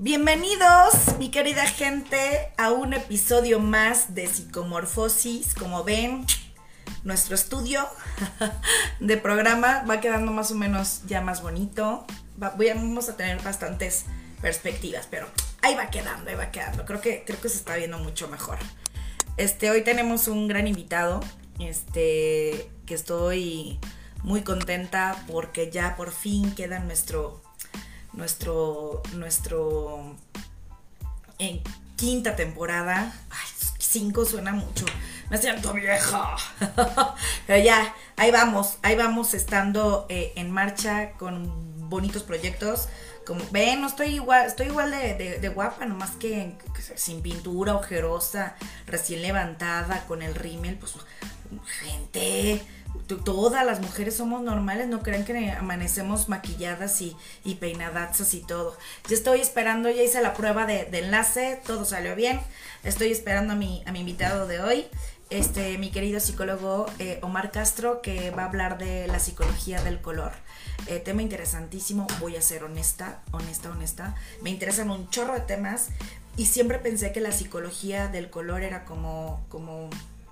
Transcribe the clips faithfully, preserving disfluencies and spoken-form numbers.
Bienvenidos, mi querida gente, a un episodio más de Psicomorfosis. Como ven, nuestro estudio de programa va quedando más o menos ya más bonito. Va, voy a, vamos a tener bastantes perspectivas, pero ahí va quedando, ahí va quedando. Creo que, creo que se está viendo mucho mejor. Este, hoy tenemos un gran invitado, este, que estoy muy contenta porque ya por fin queda nuestro... nuestro nuestro en quinta temporada. Ay, cinco suena mucho, me siento vieja. Pero ya, ahí vamos, ahí vamos estando eh, en marcha con bonitos proyectos. Como ven, no estoy igual, estoy igual de, de, de guapa, nomás que, que sin pintura, ojerosa, recién levantada, con el rímel, pues gente, todas las mujeres somos normales, no crean que amanecemos maquilladas y, y peinadazas y todo. Yo estoy esperando, ya hice la prueba de, de enlace, todo salió bien. Estoy esperando a mi, a mi invitado de hoy, este, mi querido psicólogo eh, Omar Castro, que va a hablar de la psicología del color. Eh, tema interesantísimo, voy a ser honesta, honesta, honesta. Me interesan un chorro de temas y siempre pensé que la psicología del color era como... como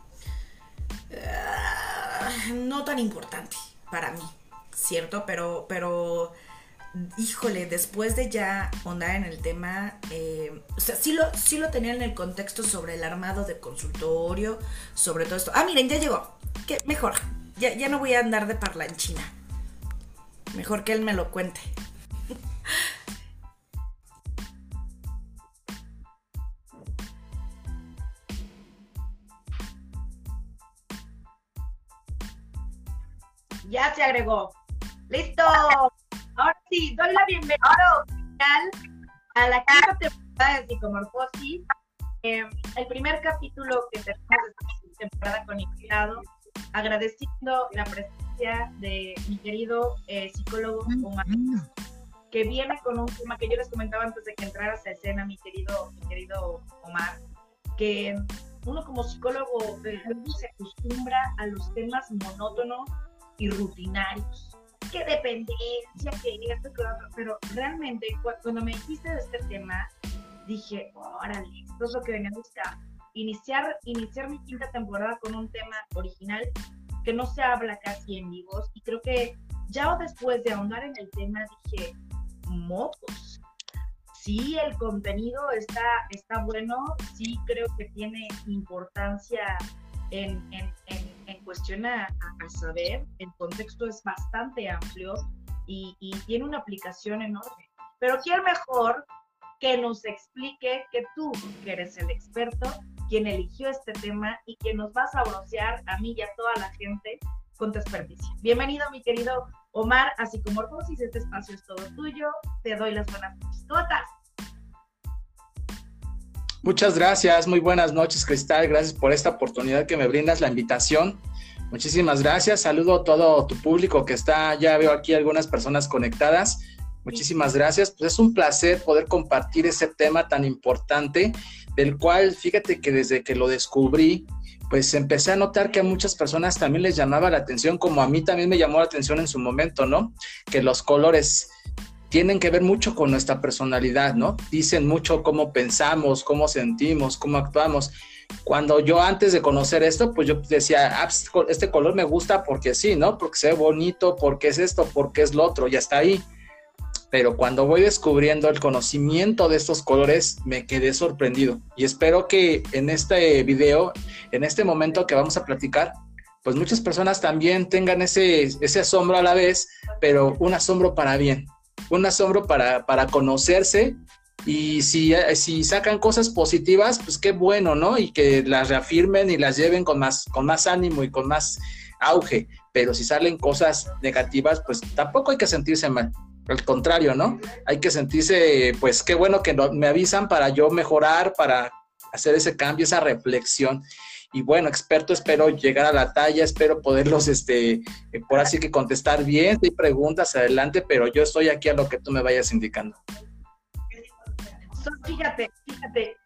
Uh, no tan importante para mí, ¿cierto? Pero, pero, híjole, después de ya ahondar en el tema, eh, o sea, sí lo, sí lo tenía en el contexto sobre el armado de consultorio, sobre todo esto. Ah, miren, ya llegó. ¿Qué? Mejor, ya, ya no voy a andar de parlanchina. Mejor que él me lo cuente. Ya se agregó. ¡Listo! Ahora sí, doy la bienvenida oficial a la quinta temporada de Psicomorfosis. Eh, el primer capítulo que tenemos de esta temporada con invitado, agradeciendo la presencia de mi querido eh, psicólogo Omar, que viene con un tema que yo les comentaba antes de que entraras a escena, mi querido, mi querido Omar, que uno como psicólogo eh, se acostumbra a los temas monótonos y rutinarios, que dependencia, que esto, que otro, pero realmente cuando me dijiste de este tema, dije, órale, esto es lo que venía a buscar, iniciar, iniciar mi quinta temporada con un tema original, que no se habla casi en vivos, y creo que ya después de ahondar en el tema, dije, mocos, sí, el contenido está, está bueno, sí creo que tiene importancia en, en, en en cuestión a, a, saber, el contexto es bastante amplio y, y tiene una aplicación enorme. Pero ¿quién mejor que nos explique que tú, que eres el experto, quien eligió este tema y que nos vas a brocear a mí y a toda la gente con tu experticia? Bienvenido, mi querido Omar, a Psicomorfosis, este espacio es todo tuyo, te doy las buenas noches. ¿Cómo estás? Muchas gracias, muy buenas noches, Cristal, gracias por esta oportunidad que me brindas, la invitación. Muchísimas gracias, saludo a todo tu público que está, ya veo aquí algunas personas conectadas. Muchísimas gracias, pues es un placer poder compartir ese tema tan importante, del cual, fíjate que desde que lo descubrí, pues empecé a notar que a muchas personas también les llamaba la atención, como a mí también me llamó la atención en su momento, ¿no? Que los colores tienen que ver mucho con nuestra personalidad, ¿no? Dicen mucho cómo pensamos, cómo sentimos, cómo actuamos. Cuando yo antes de conocer esto, pues yo decía, ah, este color me gusta porque sí, ¿no? Porque se ve bonito, porque es esto, porque es lo otro, ya está ahí. Pero cuando voy descubriendo el conocimiento de estos colores, me quedé sorprendido. Y espero que en este video, en este momento que vamos a platicar, pues muchas personas también tengan ese, ese asombro a la vez, pero un asombro para bien. Un asombro para, para conocerse y si, si sacan cosas positivas, pues qué bueno, ¿no? Y que las reafirmen y las lleven con más, con más ánimo y con más auge, pero si salen cosas negativas, pues tampoco hay que sentirse mal, al contrario, ¿no? Hay que sentirse, pues qué bueno que me avisan para yo mejorar, para hacer ese cambio, esa reflexión. Y bueno, experto, espero llegar a la talla, espero poderlos, este, por así que contestar bien, si hay preguntas, adelante, pero yo estoy aquí a lo que tú me vayas indicando. So, fíjate, fíjate,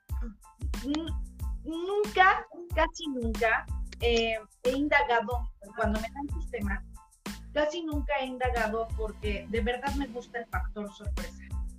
nunca, casi nunca eh, he indagado, cuando me dan tus temas, casi nunca he indagado porque de verdad me gusta el factor sorpresa.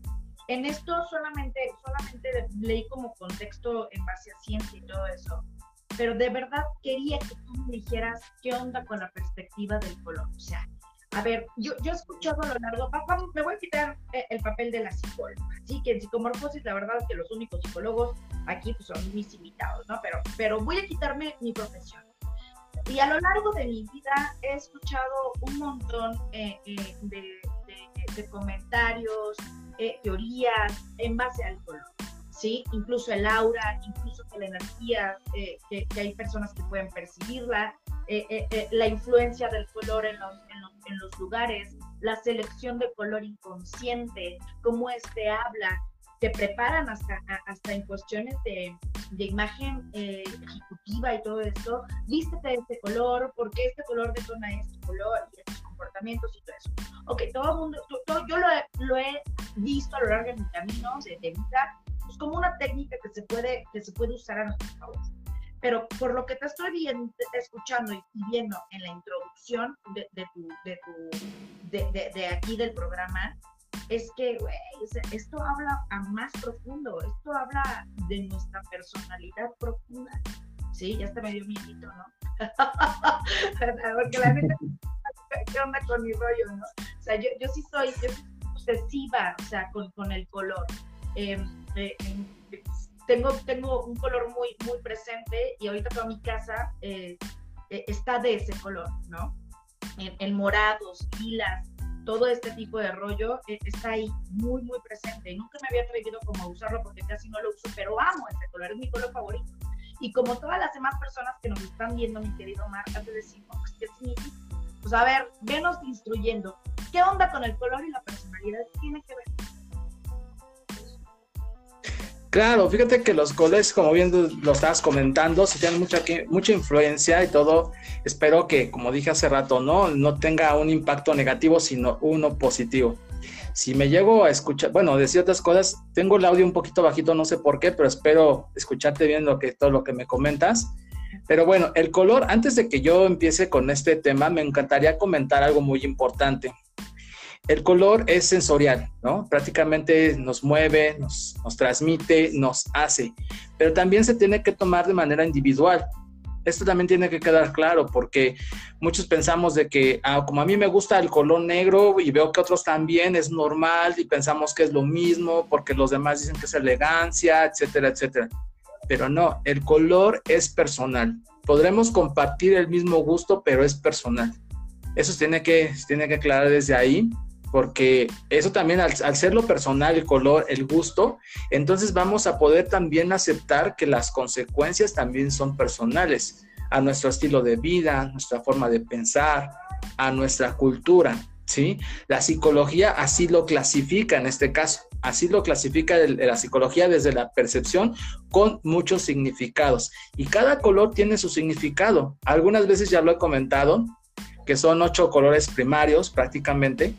en esto solamente, solamente leí como contexto en base a ciencia y todo eso, pero de verdad quería que tú me dijeras qué onda con la perspectiva del color. O sea, a ver, yo, yo he escuchado a lo largo, vamos, me voy a quitar el papel de la psicóloga, así que en psicomorfosis la verdad es que los únicos psicólogos aquí pues, son mis invitados, ¿no? Pero, pero voy a quitarme mi profesión. Y a lo largo de mi vida he escuchado un montón eh, eh, de, de, de comentarios, eh, teorías en base al color, ¿sí? Incluso el aura, incluso que la energía, eh, que, que hay personas que pueden percibirla, eh, eh, eh, la influencia del color en los, en, los, en los lugares, la selección de color inconsciente, cómo este habla, te preparan hasta, hasta en cuestiones de, de imagen eh, ejecutiva y todo esto, vístete de este color, porque este color detona este color y estos comportamientos y todo eso. Ok, todo el mundo, todo, yo lo he, lo he visto a lo largo de mi camino de, de vida, pues como una técnica que se puede, que se puede usar a nuestro favor. Pero por lo que te estoy viendo, escuchando y viendo en la introducción de, de, tu, de, tu, de, de, de aquí del programa, es que, güey, esto habla a más profundo, esto habla de nuestra personalidad profunda. Sí, ya hasta me dio miedito, ¿no? Porque la neta, ¿qué onda con mi rollo, no? O sea, yo, yo sí soy, yo soy obsesiva, o sea, con, con el color. Eh, eh, eh, tengo, tengo un color muy, muy presente y ahorita toda mi casa eh, eh, está de ese color, ¿no? En, en morados, lilas, todo este tipo de rollo eh, está ahí muy, muy presente. Y nunca me había atrevido como a usarlo porque casi no lo uso, pero amo ese color, es mi color favorito. Y como todas las demás personas que nos están viendo, mi querido Mar, antes de decir, ¿qué significa? Pues a ver, venos instruyendo. ¿Qué onda con el color y la personalidad? ¿Qué tiene que ver? Claro, fíjate que los colores, como bien lo estabas comentando, sí tienen mucha, mucha influencia y todo. Espero que, como dije hace rato, no, no tenga un impacto negativo, sino uno positivo. Si me llego a escuchar, bueno, decir otras cosas, tengo el audio un poquito bajito, no sé por qué, pero espero escucharte bien lo que, todo lo que me comentas. Pero bueno, el color, antes de que yo empiece con este tema, me encantaría comentar algo muy importante. El color es sensorial, ¿no? Prácticamente nos mueve, nos, nos transmite, nos hace, pero también se tiene que tomar de manera individual. Esto también tiene que quedar claro, porque muchos pensamos de que, ah, como a mí me gusta el color negro y veo que otros también, es normal y pensamos que es lo mismo porque los demás dicen que es elegancia, etcétera, etcétera. Pero no, el color es personal. Podremos compartir el mismo gusto, pero es personal. Eso se tiene que, se tiene que aclarar desde ahí, porque eso también, al, al ser lo personal, el color, el gusto, entonces vamos a poder también aceptar que las consecuencias también son personales, a nuestro estilo de vida, a nuestra forma de pensar, a nuestra cultura, ¿sí? La psicología así lo clasifica en este caso, así lo clasifica el, la psicología desde la percepción con muchos significados, y cada color tiene su significado. Algunas veces ya lo he comentado, que son ocho colores primarios prácticamente,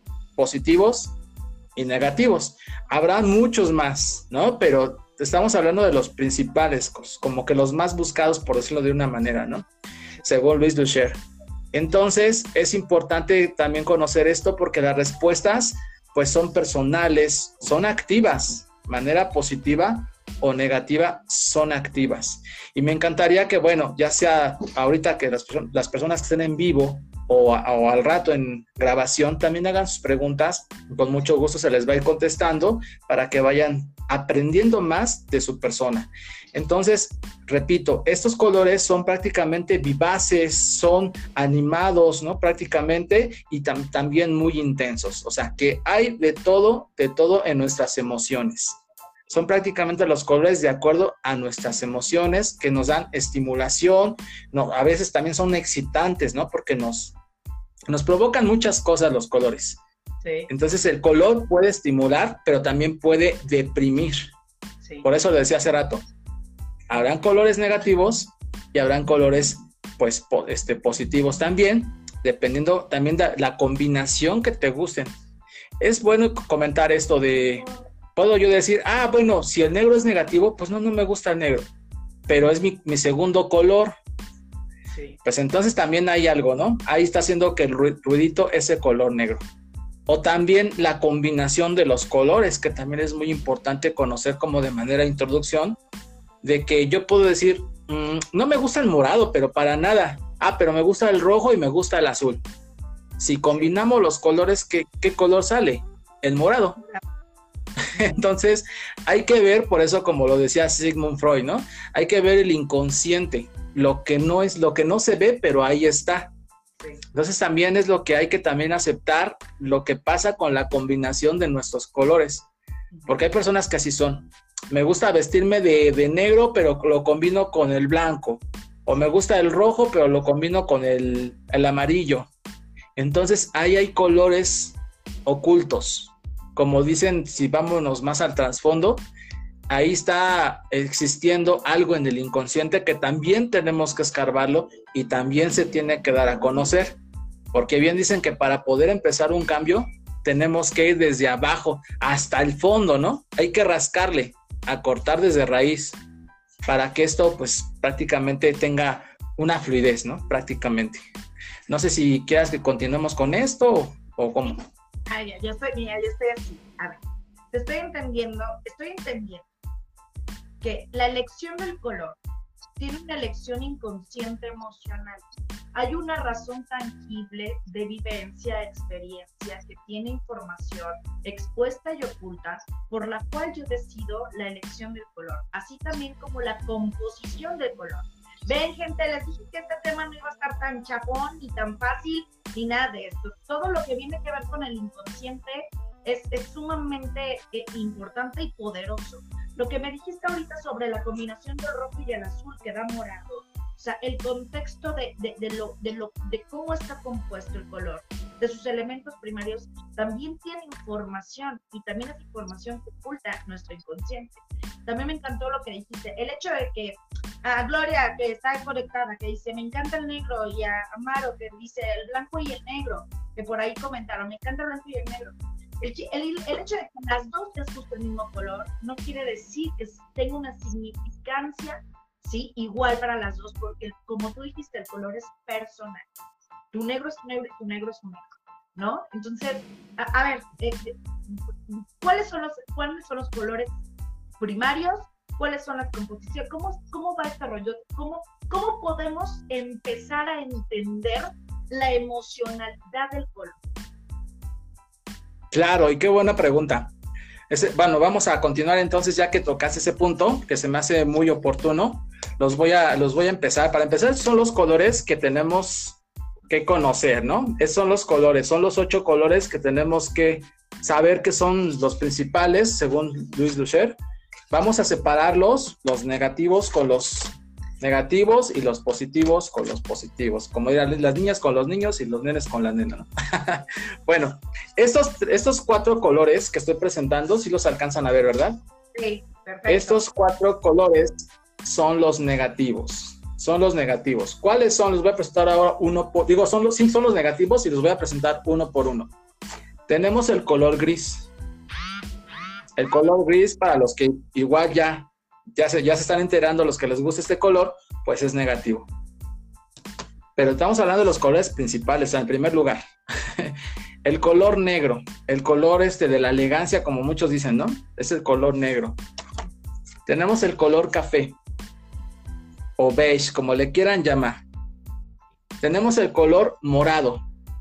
positivos y negativos. Habrá muchos más, ¿no? Pero estamos hablando de los principales, como que los más buscados, por decirlo de una manera, ¿no? Según Louis Duchenne. Entonces, es importante también conocer esto porque las respuestas, pues, son personales, son activas, manera positiva o negativa, son activas. Y me encantaría que, bueno, ya sea ahorita que las, las personas que estén en vivo o, o al rato en grabación, también hagan sus preguntas, con mucho gusto se les va a ir contestando para que vayan aprendiendo más de su persona. Entonces, repito, estos colores son prácticamente vivaces, son animados, ¿no? Prácticamente, y tam- también muy intensos. O sea, que hay de todo, de todo en nuestras emociones. Son prácticamente los colores de acuerdo a nuestras emociones que nos dan estimulación, no, a veces también son excitantes, ¿no? Porque nos, nos provocan muchas cosas los colores. Sí. Entonces el color puede estimular, pero también puede deprimir. Sí. Por eso lo decía hace rato. Habrán colores negativos y habrán colores, pues, po- este, positivos también, dependiendo también de la combinación que te gusten. Es bueno comentar esto de... Puedo yo decir, ah, bueno, si el negro es negativo, pues no, no me gusta el negro, pero es mi, mi segundo color. Sí. Pues entonces también hay algo, ¿no? Ahí está haciendo que el ruidito ese color negro. O también la combinación de los colores, que también es muy importante conocer como de manera introducción, de que yo puedo decir, mmm, no me gusta el morado, pero para nada. Ah, pero me gusta el rojo y me gusta el azul. Si combinamos los colores, ¿qué, qué color sale? El morado. Entonces, hay que ver, por eso como lo decía Sigmund Freud, ¿no? Hay que ver el inconsciente, lo que no es, lo que no se ve, pero ahí está. Entonces también es lo que hay que también aceptar, lo que pasa con la combinación de nuestros colores, porque hay personas que así son. Me gusta vestirme de, de negro, pero lo combino con el blanco, o me gusta el rojo, pero lo combino con el, el amarillo. Entonces ahí hay colores ocultos, como dicen, si vámonos más al trasfondo, ahí está existiendo algo en el inconsciente que también tenemos que escarbarlo y también se tiene que dar a conocer, porque bien dicen que para poder empezar un cambio tenemos que ir desde abajo hasta el fondo, ¿no? Hay que rascarle, a cortar desde raíz, para que esto pues prácticamente tenga una fluidez, ¿no? Prácticamente. No sé si quieras que continuemos con esto o, o cómo. Ay, ya, yo estoy, mira, yo estoy así. A ver, te estoy entendiendo, estoy entendiendo que la elección del color tiene una elección inconsciente emocional. Hay una razón tangible de vivencia, experiencia, que tiene información expuesta y oculta, por la cual yo decido la elección del color, así también como la composición del color. Ven, gente, les dije que este tema no iba a estar tan chapón, ni tan fácil, ni nada de esto. Todo lo que viene que ver con el inconsciente es, es sumamente eh, importante y poderoso. Lo que me dijiste ahorita sobre la combinación del rojo y el azul que da morado, o sea, el contexto de, de, de, lo, de, lo, de cómo está compuesto el color, de sus elementos primarios, también tiene información, y también es información que oculta nuestro inconsciente. También me encantó lo que dijiste, el hecho de que a Gloria, que está conectada, que dice, me encanta el negro, y a Amaro, que dice el blanco y el negro, que por ahí comentaron, me encanta el blanco y el negro. El, el, el hecho de que las dos es justo el mismo color no quiere decir que tenga una significancia, ¿sí?, igual para las dos, porque como tú dijiste, el color es personal. Tu negro es tu negro y tu negro es un negro, ¿no? Entonces, a, a ver, eh, ¿cuáles son los, cuáles son los colores primarios? ¿Cuáles son las composiciones? ¿Cómo, cómo va este rollo? ¿Cómo, ¿Cómo podemos empezar a entender la emocionalidad del color? Claro, y qué buena pregunta. Ese, bueno, vamos a continuar entonces, ya que tocaste ese punto, que se me hace muy oportuno. Los voy a, los voy a empezar. Para empezar, son los colores que tenemos que conocer, ¿no? Esos son los colores, son los ocho colores que tenemos que saber que son los principales, según Louis Lucher. Vamos a separarlos, los negativos con los negativos y los positivos con los positivos, como dirán las niñas con los niños y los nenes con la nena, ¿no? Bueno, estos, estos cuatro colores que estoy presentando, sí los alcanzan a ver, ¿verdad? Sí, perfecto. Estos cuatro colores son los negativos, son los negativos. ¿Cuáles son? Les voy a presentar ahora uno por, digo, son los, sí, son los negativos y los voy a presentar uno por uno. Tenemos el color gris. El color gris, para los que igual ya Ya se, ya se están enterando, los que les gusta este color, pues es negativo. Pero estamos hablando de los colores principales, en primer lugar. El color negro, el color este de la elegancia, como muchos dicen, ¿no? Es el color negro. Tenemos el color café, o beige, como le quieran llamar. Tenemos el color morado.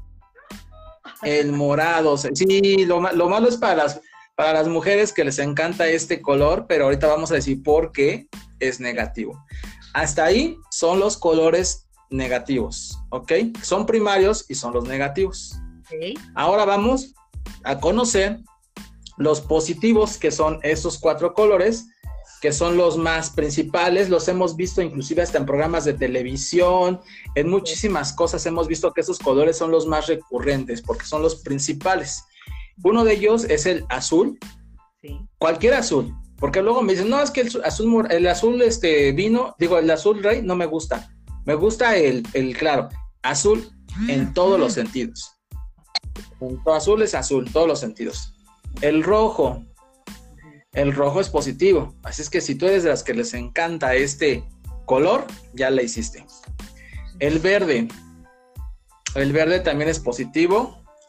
El morado, sí, lo, lo malo es para las... Para las mujeres que les encanta este color, pero ahorita vamos a decir por qué es negativo. Hasta ahí son los colores negativos, ¿ok? Son primarios y son los negativos. Okay. Ahora vamos a conocer los positivos, que son estos cuatro colores, que son los más principales. Los hemos visto inclusive hasta en programas de televisión, en muchísimas cosas hemos visto que esos colores son los más recurrentes, porque son los principales. Uno de ellos es el azul, sí. Cualquier azul, porque luego me dicen, no, es que el azul, el azul este, vino, digo, el azul rey no me gusta, me gusta el, el claro, azul en todos los sentidos. Azul es azul, todos los sentidos. El rojo, el rojo es positivo, así es que si tú eres de las que les encanta este color, ya la hiciste. El verde, el verde también es positivo.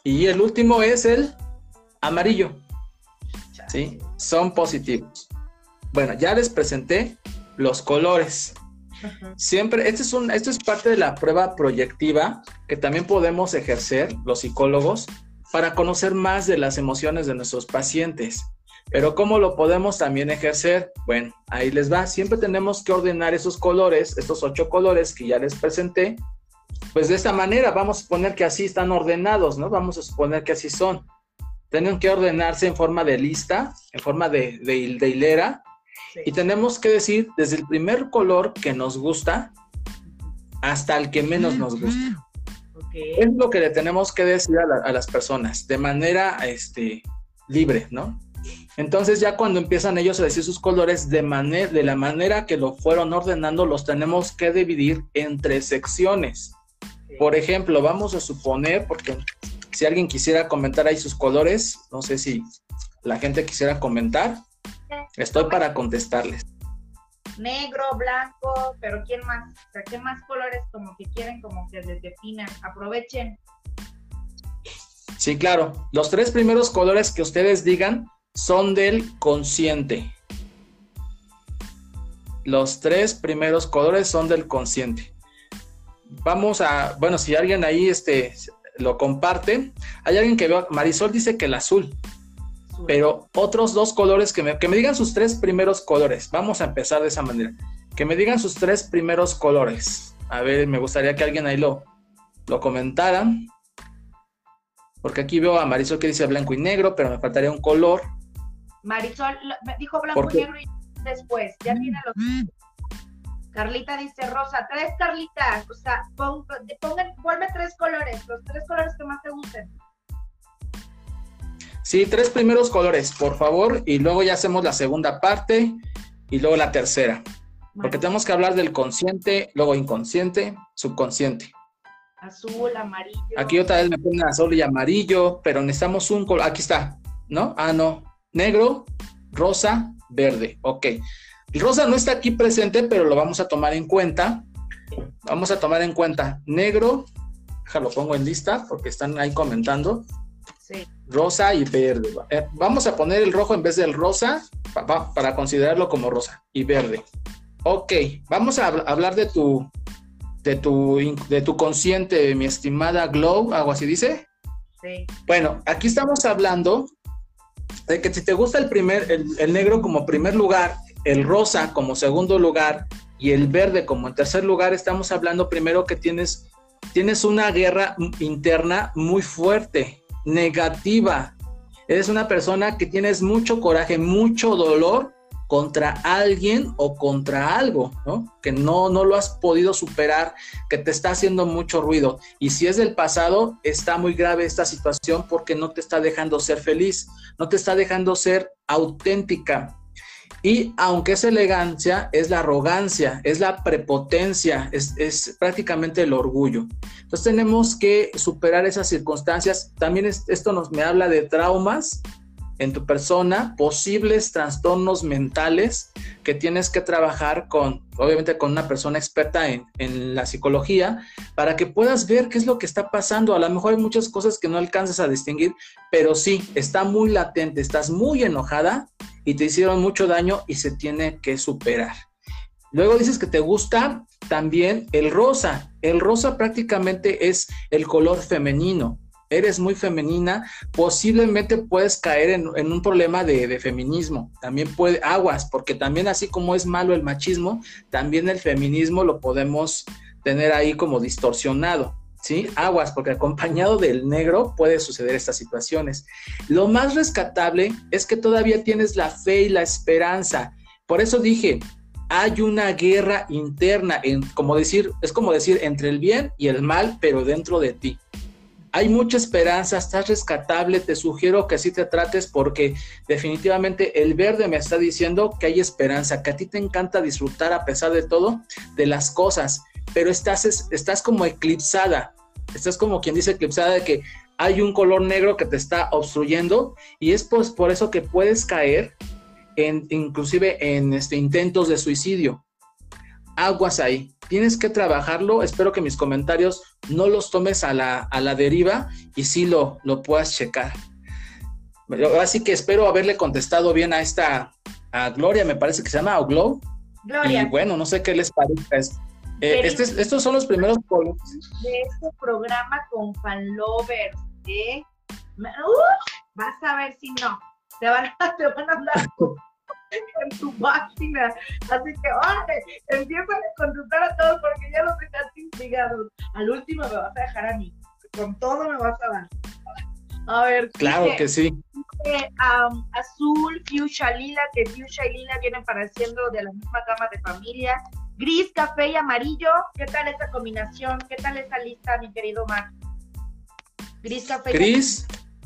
Y el último es el amarillo. ¿Sí? Son positivos. Bueno, ya les presenté los colores. Uh-huh. Siempre, este es un, esto es parte de la prueba proyectiva que también podemos ejercer los psicólogos para conocer más de las emociones de nuestros pacientes. Pero ¿cómo lo podemos también ejercer? Bueno, ahí les va. Siempre tenemos que ordenar esos colores, estos ocho colores que ya les presenté. Pues de esta manera, vamos a suponer que así están ordenados, ¿no? Vamos a suponer que así son. Tienen que ordenarse en forma de lista, en forma de, de, de hilera. Sí. Y tenemos que decir desde el primer color que nos gusta hasta el que menos nos gusta. Okay. Es lo que le tenemos que decir a, la, a las personas de manera este, libre, ¿no? Entonces ya cuando empiezan ellos a decir sus colores de, manera, de la manera que lo fueron ordenando, los tenemos que dividir en tres secciones. Okay. Por ejemplo, vamos a suponer, porque si alguien quisiera comentar ahí sus colores, no sé si la gente quisiera comentar, estoy para contestarles. Negro, blanco, pero ¿quién más? O sea, ¿qué más colores como que quieren como que les definan? Aprovechen. Sí, claro. Los tres primeros colores que ustedes digan son del consciente. Los tres primeros colores son del consciente. Vamos a, bueno, si alguien ahí este, lo comparte. Hay alguien que veo, Marisol dice que el azul. Pero otros dos colores, que me, que me digan sus tres primeros colores. Vamos a empezar de esa manera. Que me digan sus tres primeros colores. A ver, me gustaría que alguien ahí lo, lo comentara. Porque aquí veo a Marisol que dice blanco y negro, pero me faltaría un color. Marisol dijo blanco y negro y después. Ya tiene los... Carlita dice rosa. Tres, Carlita. O sea, pon, pongan, ponme tres colores. Los tres colores que más te gusten. Sí, tres primeros colores, por favor, y luego ya hacemos la segunda parte y luego la tercera. Bueno. Porque tenemos que hablar del consciente, luego inconsciente, subconsciente. Azul, amarillo. Aquí otra vez me ponen azul y amarillo, pero necesitamos un color. Aquí está, ¿no? Ah, no. Negro, rosa, verde. Ok. El rosa no está aquí presente, pero lo vamos a tomar en cuenta. Vamos a tomar en cuenta negro. Déjalo, pongo en lista porque están ahí comentando. Sí. Rosa y verde. Eh, vamos a poner el rojo en vez del rosa pa, pa, para considerarlo como rosa y verde. Ok, vamos a hablar de tu, de tu, de tu consciente, mi estimada Glow, ¿algo así dice? Sí. Bueno, aquí estamos hablando de que si te gusta el, primer, el, el negro como primer lugar, el rosa como segundo lugar y el verde como en tercer lugar, estamos hablando primero que tienes, tienes una guerra interna muy fuerte, negativa. Eres una persona que tienes mucho coraje, mucho dolor contra alguien o contra algo, ¿no? Que no, no lo has podido superar, que te está haciendo mucho ruido. Y si es del pasado, está muy grave esta situación porque no te está dejando ser feliz, no te está dejando ser auténtica. Y aunque es elegancia, es la arrogancia, es la prepotencia, es, es prácticamente el orgullo. Entonces tenemos que superar esas circunstancias. También es, esto nos me habla de traumas en tu persona, posibles trastornos mentales que tienes que trabajar con, obviamente con una persona experta en, en la psicología, para que puedas ver qué es lo que está pasando. A lo mejor hay muchas cosas que no alcanzas a distinguir, pero sí, está muy latente, estás muy enojada y te hicieron mucho daño y se tiene que superar. Luego dices que te gusta también el rosa. El rosa prácticamente es el color femenino. Eres muy femenina, posiblemente puedes caer en, en un problema de, de feminismo. También puede, aguas, porque también así como es malo el machismo, también el feminismo lo podemos tener ahí como distorsionado, ¿sí? Aguas, porque acompañado del negro puede suceder estas situaciones. Lo más rescatable es que todavía tienes la fe y la esperanza. Por eso dije, hay una guerra interna, en, como decir, es como decir entre el bien y el mal, pero dentro de ti. Hay mucha esperanza, estás rescatable, te sugiero que así te trates porque definitivamente el verde me está diciendo que hay esperanza, que a ti te encanta disfrutar a pesar de todo de las cosas, pero estás, estás como eclipsada, estás como quien dice eclipsada de que hay un color negro que te está obstruyendo y es pues por eso que puedes caer en, inclusive en este, intentos de suicidio. Aguas ahí. tienes que trabajarlo. Espero que mis comentarios no los tomes a la, a la deriva y sí lo, lo puedas checar. Así que espero haberle contestado bien a esta, a Gloria, me parece que se llama, o Glow. Gloria. Y bueno, no sé qué les parezca esto. Eh, este, estos son los primeros colores de este programa con fanlovers, ¿eh? Uh, vas a ver si no, te van a, te van a andar en tu página, así que órale, empiezan a contestar a todos porque ya los dejaste intrigados. Al último me vas a dejar a mí, con todo me vas a dar. A ver, claro dice, que sí. Dice, um, azul, fuchsia, lila, que fuchsia y lila vienen pareciendo de la misma gama de familia. Gris, café y amarillo, ¿qué tal esa combinación? ¿Qué tal esa lista, mi querido Mar? Gris, café. Gris,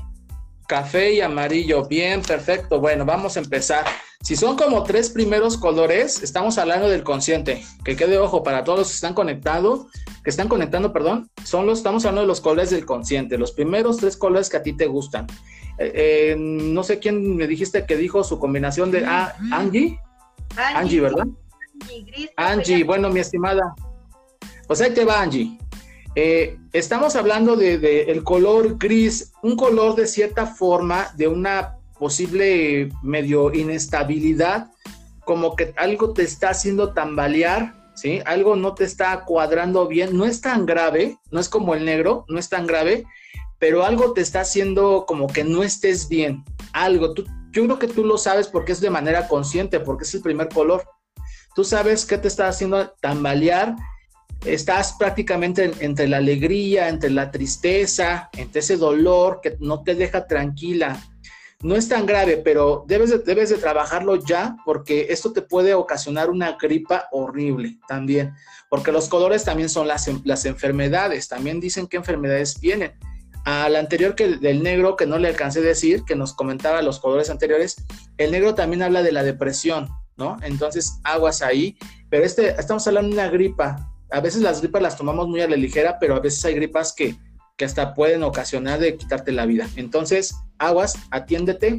café y amarillo, bien, perfecto. Bueno, vamos a empezar. Si son como tres primeros colores, estamos hablando del consciente. Que quede ojo para todos los que están conectados, que están conectando, perdón, son los, estamos hablando de los colores del consciente, los primeros tres colores que a ti te gustan. Eh, eh, no sé quién me dijiste que dijo su combinación de ah, Angie. Angie, Angie, ¿verdad? Angie, gris, Angie, bueno, mi estimada. Pues ahí te va, Angie. Eh, estamos hablando de, de el color gris, un color de cierta forma, de una posible medio inestabilidad, como que algo te está haciendo tambalear, ¿sí? Algo no te está cuadrando bien, no es tan grave, no es como el negro, no es tan grave, pero algo te está haciendo como que no estés bien, algo, tú, yo creo que tú lo sabes porque es de manera consciente, porque es el primer color. Tú sabes qué te está haciendo tambalear, estás prácticamente entre la alegría, entre la tristeza, entre ese dolor que no te deja tranquila. No es tan grave, pero debes de, debes de trabajarlo ya, porque esto te puede ocasionar una gripa horrible también, porque los colores también son las, las enfermedades, también dicen qué enfermedades vienen. Al anterior que del negro, que no le alcancé a decir, que nos comentaba los colores anteriores, el negro también habla de la depresión, ¿no? Entonces, aguas ahí, pero este, estamos hablando de una gripa. A veces las gripas las tomamos muy a la ligera, pero a veces hay gripas que, que hasta pueden ocasionar de quitarte la vida. Entonces, aguas, atiéndete.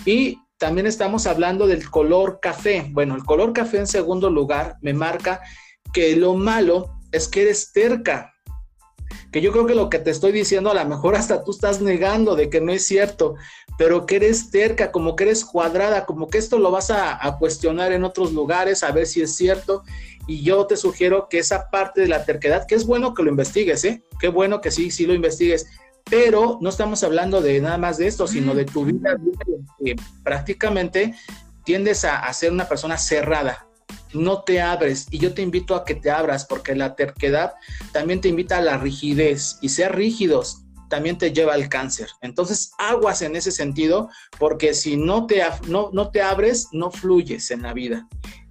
Y también estamos hablando del color café. Bueno, el color café en segundo lugar me marca que lo malo es que eres terca. Que yo creo que lo que te estoy diciendo a lo mejor hasta tú estás negando de que no es cierto, pero que eres terca, como que eres cuadrada, como que esto lo vas a, a cuestionar en otros lugares, a ver si es cierto, y yo te sugiero que esa parte de la terquedad, que es bueno que lo investigues, ¿eh? Qué bueno que sí, sí lo investigues, pero no estamos hablando de nada más de esto, sino de tu vida, que prácticamente tiendes a, a ser una persona cerrada, no te abres, y yo te invito a que te abras, porque la terquedad también te invita a la rigidez, y ser rígidos también te lleva al cáncer. Entonces, aguas en ese sentido, porque si no te, no, no te abres, no fluyes en la vida.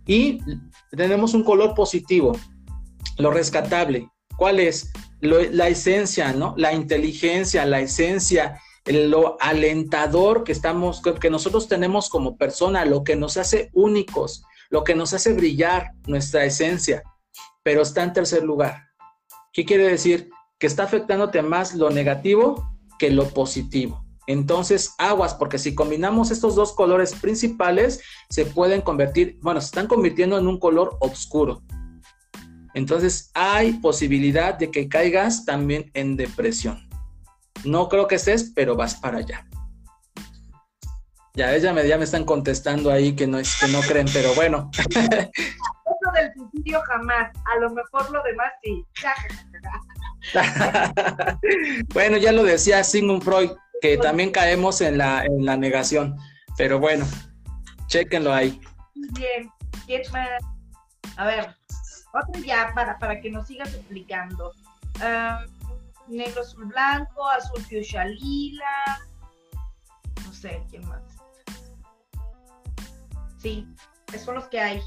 Y tenemos un color positivo, lo rescatable. ¿Cuál es? Lo, la esencia, ¿no? La inteligencia, la esencia, lo alentador que estamos, que nosotros tenemos como persona, lo que nos hace únicos, lo que nos hace brillar, nuestra esencia, pero está en tercer lugar. ¿Qué quiere decir? Que está afectándote más lo negativo que lo positivo. Entonces, aguas, porque si combinamos estos dos colores principales, se pueden convertir, bueno, se están convirtiendo en un color oscuro. Entonces, hay posibilidad de que caigas también en depresión. No creo que estés, pero vas para allá. Ya, ya me, ya me están contestando ahí que no, es, que no creen, pero bueno. Eso del suicidio jamás, a lo mejor lo demás sí. Bueno, ya lo decía Sigmund Freud, que también caemos en la, en la negación, pero bueno, chéquenlo ahí. Bien, ¿quién más? A ver, otro ya para, para que nos sigas explicando. Uh, negro, azul, blanco, azul, fuchsia, lila. No sé, ¿quién más? Sí, esos son los que hay.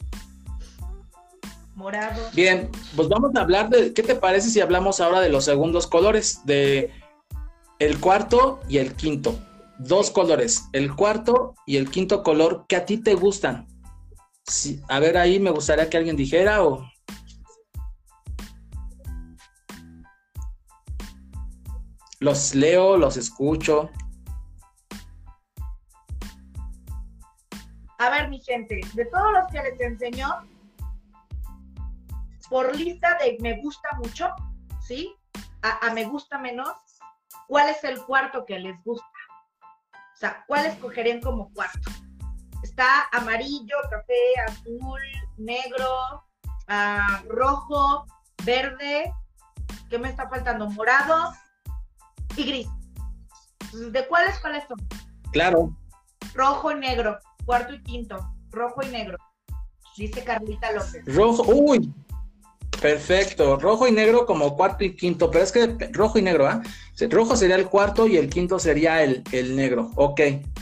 Morado. Bien, pues vamos a hablar de, ¿qué te parece si hablamos ahora de los segundos colores? De el cuarto y el quinto. Dos colores, el cuarto y el quinto color que a ti te gustan. Sí, a ver, ahí me gustaría que alguien dijera o... Los leo, los escucho. A ver, mi gente, de todos los que les enseñó, por lista de me gusta mucho, ¿sí? A, a me gusta menos, ¿cuál es el cuarto que les gusta? O sea, ¿cuál escogerían como cuarto? Está amarillo, café, azul, negro, uh, rojo, verde, ¿qué me está faltando? Morado y gris. ¿De cuáles cuáles son? Claro. Rojo y negro, cuarto y quinto, rojo y negro, dice Carlita López. Rojo, uy, perfecto, rojo y negro como cuarto y quinto, pero es que rojo y negro, ¿ah? ¿eh? Rojo sería el cuarto y el quinto sería el, el negro, ok.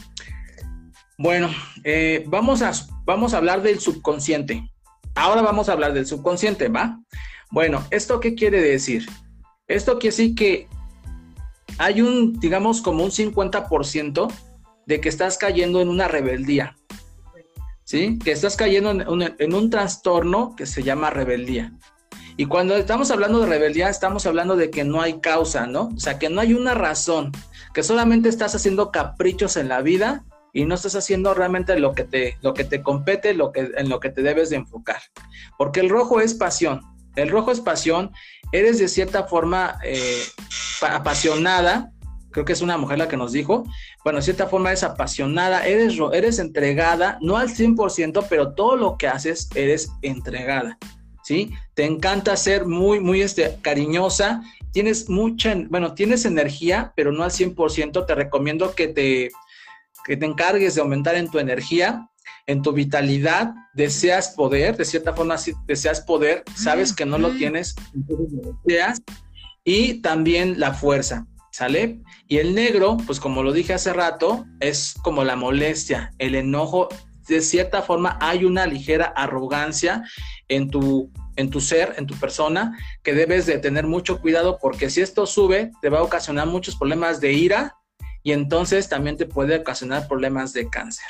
Bueno, eh, vamos, a, vamos a hablar del subconsciente. Ahora vamos a hablar del subconsciente, ¿va? Bueno, ¿esto qué quiere decir? Esto quiere decir que hay un, digamos, como un cincuenta por ciento de que estás cayendo en una rebeldía, ¿sí? Que estás cayendo en un, en un trastorno que se llama rebeldía. Y cuando estamos hablando de rebeldía, estamos hablando de que no hay causa, ¿no? O sea, que no hay una razón, que solamente estás haciendo caprichos en la vida y no estás haciendo realmente lo que te, lo que te compete, lo que, en lo que te debes de enfocar. Porque el rojo es pasión. El rojo es pasión. Eres de cierta forma eh, apasionada. Creo que es una mujer la que nos dijo. Bueno, de cierta forma eres apasionada, eres, eres entregada, no al cien por ciento, pero todo lo que haces eres entregada, ¿sí? Te encanta ser muy, muy este, cariñosa. Tienes mucha, bueno, tienes energía, pero no al cien por ciento. Te recomiendo que te... que te encargues de aumentar en tu energía, en tu vitalidad, deseas poder, de cierta forma si deseas poder, sabes que no lo tienes, entonces lo deseas, y también la fuerza, ¿sale? Y el negro, pues como lo dije hace rato, es como la molestia, el enojo, de cierta forma hay una ligera arrogancia en tu, en tu ser, en tu persona, que debes de tener mucho cuidado, porque si esto sube, te va a ocasionar muchos problemas de ira, y entonces también te puede ocasionar problemas de cáncer.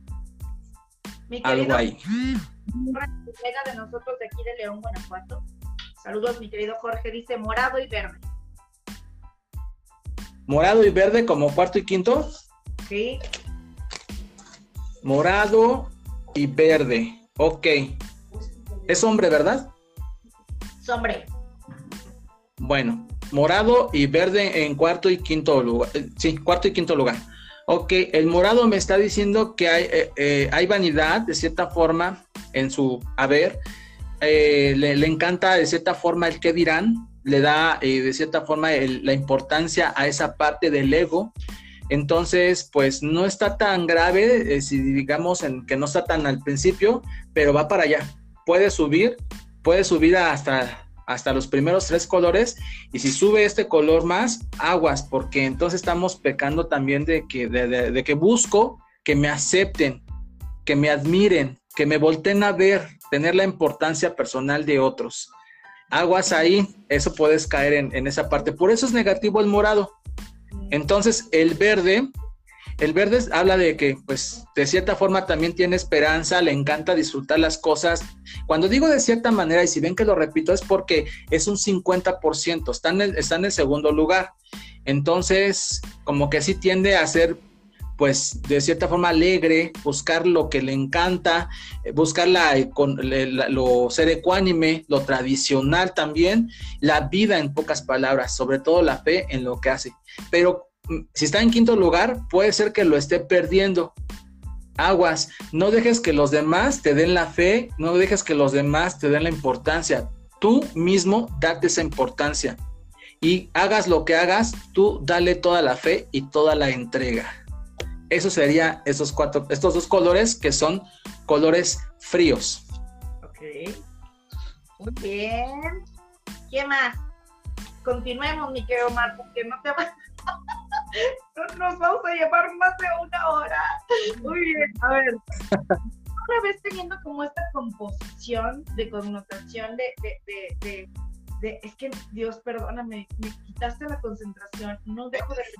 Mi querido, algo ahí. Colega de nosotros de aquí de León, Guanajuato. Saludos, mi querido Jorge. Dice morado y verde. ¿Morado y verde como cuarto y quinto? Sí. Morado y verde. Ok. Es hombre, ¿verdad? Es hombre. Bueno. Morado y verde en cuarto y quinto lugar. Sí, cuarto y quinto lugar. Ok, el morado me está diciendo que hay, eh, eh, hay vanidad, de cierta forma, en su haber. Eh, le, le encanta, de cierta forma, el qué dirán. Le da, eh, de cierta forma, el, la importancia a esa parte del ego. Entonces, pues, no está tan grave, eh, si digamos en, que no está tan al principio, pero va para allá. Puede subir, puede subir hasta... hasta los primeros tres colores, y si sube este color más, aguas, porque entonces estamos pecando también de que, de, de, de que busco que me acepten, que me admiren, que me volteen a ver, tener la importancia personal de otros. Aguas ahí, eso puedes caer en, en esa parte. Por eso es negativo el morado. Entonces, el verde, el verde habla de que, pues, de cierta forma también tiene esperanza, le encanta disfrutar las cosas. Cuando digo de cierta manera, y si ven que lo repito, es porque es un cincuenta por ciento, está en el, está en el segundo lugar. Entonces, como que sí tiende a ser, pues, de cierta forma alegre, buscar lo que le encanta, buscar la, la, lo ser ecuánime, lo tradicional también, la vida en pocas palabras, sobre todo la fe en lo que hace. Pero si está en quinto lugar, puede ser que lo esté perdiendo. Aguas, no dejes que los demás te den la fe, no dejes que los demás te den la importancia. Tú mismo date esa importancia. Y hagas lo que hagas, tú dale toda la fe y toda la entrega. Eso sería esos cuatro, estos dos colores que son colores fríos. Ok. Muy bien. ¿Qué más? Continuemos, mi querido Omar, porque no te vas. Nos vamos a llevar más de una hora. Muy bien, a ver. Una vez teniendo como esta composición de connotación de, de, de, de, de es que Dios, perdóname, me quitaste la concentración, no dejo de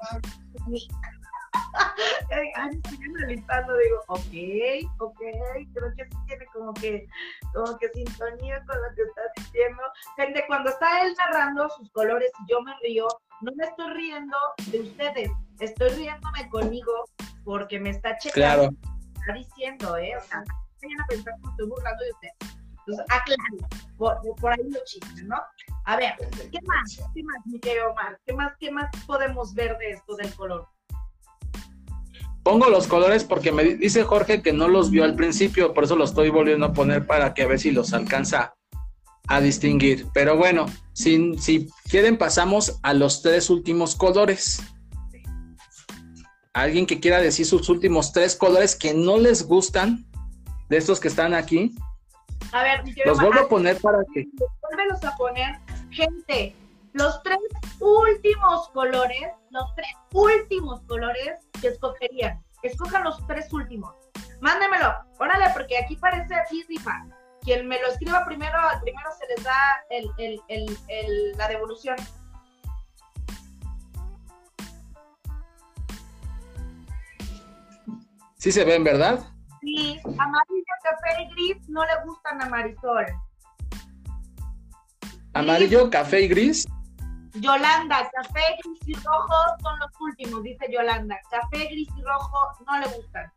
Ay, estoy analizando, digo, ok, ok, creo que sí tiene como que, como que sintonía con lo que estás diciendo. Gente, cuando está él narrando sus colores y yo me río, no me estoy riendo de ustedes, estoy riéndome conmigo porque me está checando, claro. me está diciendo, ¿eh? O sea, vayan a pensar que me estoy burlando de ustedes. Entonces, aclaro, por, por ahí los chismes, ¿no? A ver, ¿qué más? ¿Qué más, mi querido Omar? ¿Qué más, qué más podemos ver de esto del color? Pongo los colores porque me dice Jorge que no los vio al principio, por eso los estoy volviendo a poner para que a ver si los alcanza a distinguir. Pero bueno, si, si quieren pasamos a los tres últimos colores. ¿Alguien que quiera decir sus últimos tres colores que no les gustan de estos que están aquí? A ver, los vuelvo a poner para que... Vuélvelos a poner. Gente, los tres últimos colores, los tres últimos colores que escogerían. Escojan los tres últimos. Mándemelo. Órale, porque aquí parece aquí rifa. Quien me lo escriba primero, al primero se les da el, el, el, el, la devolución. Sí se ven, ¿verdad? Sí, amarillo, café y gris no le gustan a Marisol. Amarillo, gris, café y gris. Yolanda, café, gris y rojo son los últimos, dice Yolanda. Café, gris y rojo no le gustan.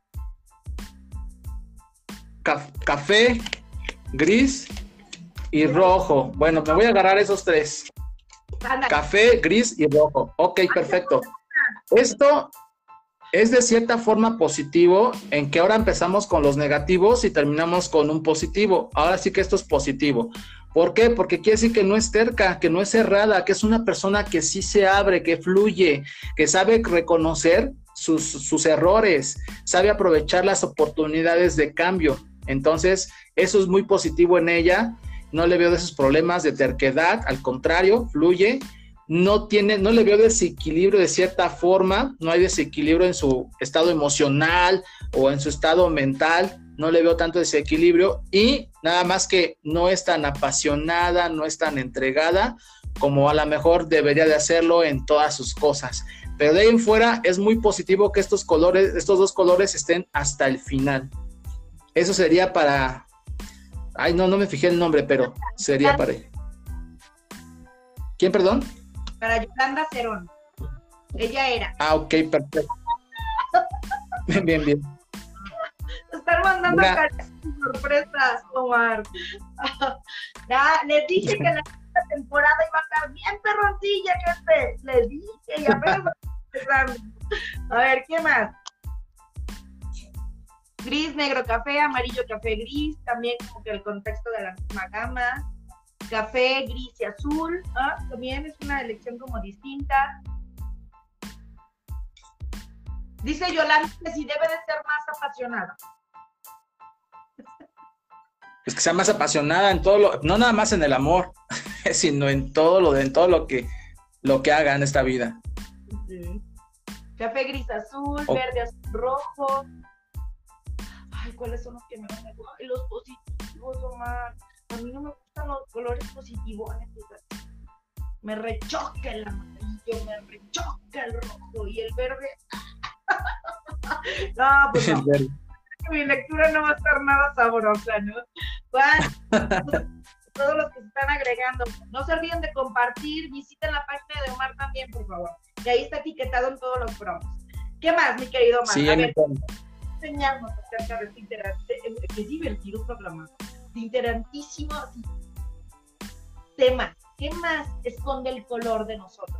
Caf café, gris y rojo. Bueno, me voy a agarrar esos tres. Ándale. Café, gris y rojo. Ok, perfecto. Esto es de cierta forma positivo, en que ahora empezamos con los negativos y terminamos con un positivo. Ahora sí que esto es positivo. ¿Por qué? Porque quiere decir que no es terca, que no es cerrada, que es una persona que sí se abre, que fluye, que sabe reconocer sus, sus errores, sabe aprovechar las oportunidades de cambio. Entonces, eso es muy positivo en ella. No le veo de esos problemas de terquedad, al contrario, fluye. No tiene, no le veo desequilibrio de cierta forma, no hay desequilibrio en su estado emocional o en su estado mental, no le veo tanto desequilibrio y nada más que no es tan apasionada, no es tan entregada como a lo mejor debería de hacerlo en todas sus cosas. Pero de ahí en fuera es muy positivo que estos colores, estos dos colores estén hasta el final. Eso sería para... Ay, no, no me fijé el nombre, pero sería para... ¿Quién, perdón? Para Yolanda Cerón. Ella era. Ah, ok, perfecto. Bien, bien, bien. Están mandando Una... sorpresas, Omar. Ya, les dije que la temporada iba a estar bien perroncilla, jefe. Les dije, ya ves. A ver, ¿qué más? Gris, negro, café, amarillo, café, gris. También como que el contexto de la misma gama. Café, gris y azul, ¿ah? También es una elección como distinta. Dice Yolanda que si debe de ser más apasionada. Es que sea más apasionada en todo lo, no nada más en el amor, sino en todo lo de, en todo lo que, lo que haga en esta vida. Sí. Café, gris, azul, oh. verde, azul, rojo. Ay, ¿cuáles son los que me van a gustar? Los positivos, Omar. A mí no me gustan los colores positivos. Me rechoca el amarillo, me rechoca el rojo y el verde. No, pues no. Mi lectura no va a estar nada sabrosa, ¿no? Bueno, todos los que se están agregando, no se olviden de compartir, visiten la página de Omar también, por favor. Y ahí está etiquetado en todos los promos. ¿Qué más, mi querido Omar? Sí, a ver, enseñarnos acerca de este interesante, qué divertido programa. Interesantísimo tema. ¿Qué más esconde el color de nosotros?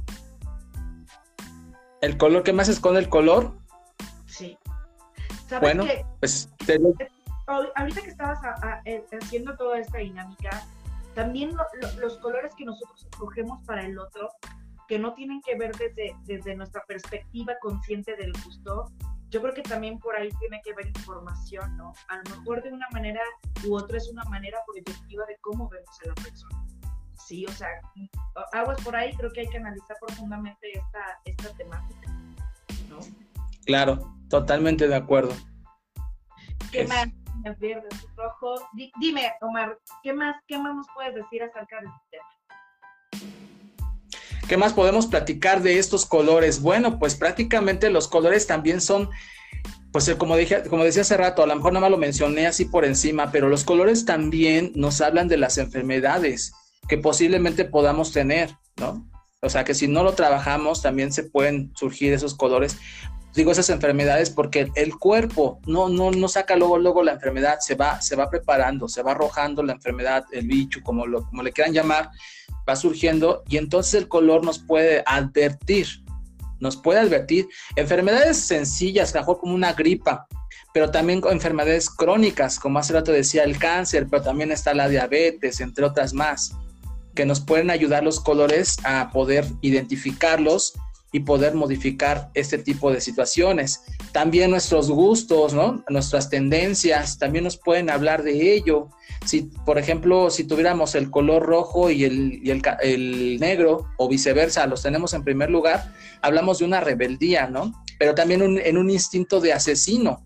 ¿El color? ¿Qué más esconde el color? Sí. ¿Sabes bueno, que, pues te... ahorita que estabas a, a, a, haciendo toda esta dinámica, también lo, lo, los colores que nosotros escogemos para el otro, que no tienen que ver desde, desde nuestra perspectiva consciente del gusto, yo creo que también por ahí tiene que ver información, ¿no? A lo mejor de una manera u otra es una manera proyectiva de cómo vemos a la persona. Sí, o sea, aguas por ahí, creo que hay que analizar profundamente esta, esta temática, ¿no? Claro, totalmente de acuerdo. ¿Qué es... más? Verde, rojo. D dime, Omar, ¿qué más, ¿qué más nos puedes decir acerca de este tema? ¿Qué más podemos platicar de estos colores? Bueno, pues prácticamente los colores también son, pues como dije, como decía hace rato, a lo mejor nada más lo mencioné así por encima, pero los colores también nos hablan de las enfermedades que posiblemente podamos tener, ¿no? O sea, que si no lo trabajamos, también se pueden surgir esos colores, digo, esas enfermedades, porque el cuerpo no, no, no saca luego, luego la enfermedad, se va, se va preparando, se va arrojando la enfermedad, el bicho, como, lo, como le quieran llamar, va surgiendo, y entonces el color nos puede advertir, nos puede advertir enfermedades sencillas, a lo mejor como una gripa, pero también con enfermedades crónicas, como hace rato decía, el cáncer, pero también está la diabetes, entre otras más, que nos pueden ayudar los colores a poder identificarlos y poder modificar este tipo de situaciones. También nuestros gustos, ¿no? Nuestras tendencias, también nos pueden hablar de ello. Si, por ejemplo, si tuviéramos el color rojo y el, y el, el negro, o viceversa, los tenemos en primer lugar, hablamos de una rebeldía, ¿no? Pero también un, en un instinto de asesino.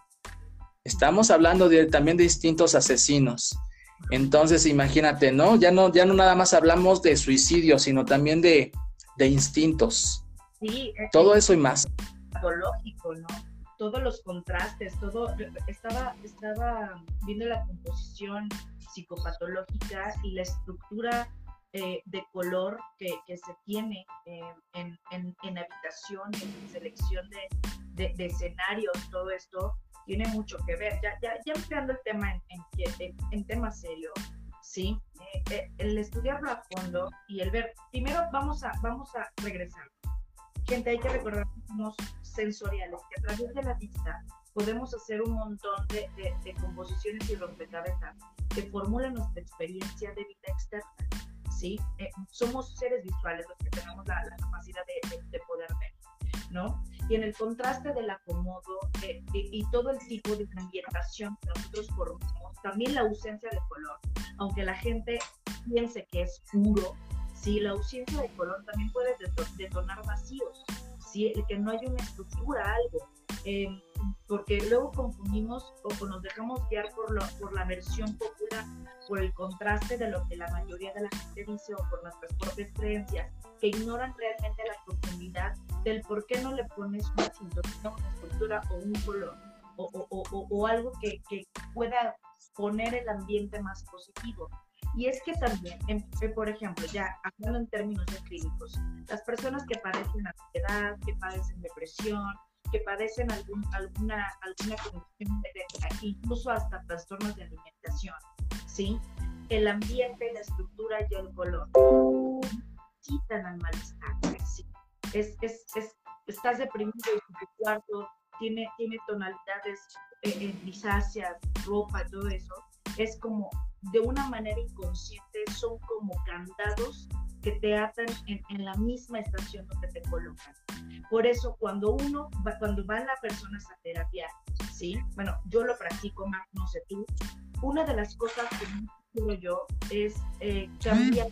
Estamos hablando de, también de instintos asesinos. Entonces, imagínate, ¿no? Ya no, ya no nada más hablamos de suicidio, sino también de, de instintos. Sí, todo eso y más. Patológico, ¿no? Todos los contrastes, todo, estaba, estaba viendo la composición psicopatológica y la estructura eh, de color que, que se tiene eh, en, en, en habitación, en selección de, de, de escenarios, todo esto tiene mucho que ver. Ya, ya, ya empleando el tema en, en, en, en tema serio, ¿sí? Eh, eh, el estudiarlo a fondo y el ver, primero vamos a, vamos a regresar. Gente, hay que recordar que somos sensoriales, que a través de la vista podemos hacer un montón de, de, de composiciones y rompecabezas que formulan nuestra experiencia de vida externa, ¿sí? Eh, somos seres visuales los que tenemos la, la capacidad de, de, de poder ver, ¿no? Y en el contraste del acomodo eh, y, y todo el tipo de ambientación que nosotros formamos, también la ausencia de color, aunque la gente piense que es puro, sí, la ausencia de color también puede detonar vacíos, ¿sí? El que no haya una estructura, algo, eh, porque luego confundimos o nos dejamos guiar por, lo, por la versión popular, por el contraste de lo que la mayoría de la gente dice o por nuestras propias creencias, que ignoran realmente la profundidad del por qué no le pones una sintonía, una estructura o un color, o, o, o, o algo que, que pueda poner el ambiente más positivo. Y es que también, en, por ejemplo, ya hablando en términos de clínicos, las personas que padecen ansiedad, que padecen depresión, que padecen algún, alguna, alguna condición, incluso hasta trastornos de alimentación, ¿sí? El ambiente, la estructura y el color quitan al malestar, ¿sí? Es, es, es, estás deprimido y tu cuarto tiene, tiene tonalidades eh, grisáceas, ropa, todo eso, es como de una manera inconsciente, son como candados que te atan en, en la misma estación donde te colocan. Por eso cuando uno va, cuando va la persona a terapia, ¿sí? Bueno, yo lo practico más, no sé tú, una de las cosas que no yo es eh, cambiar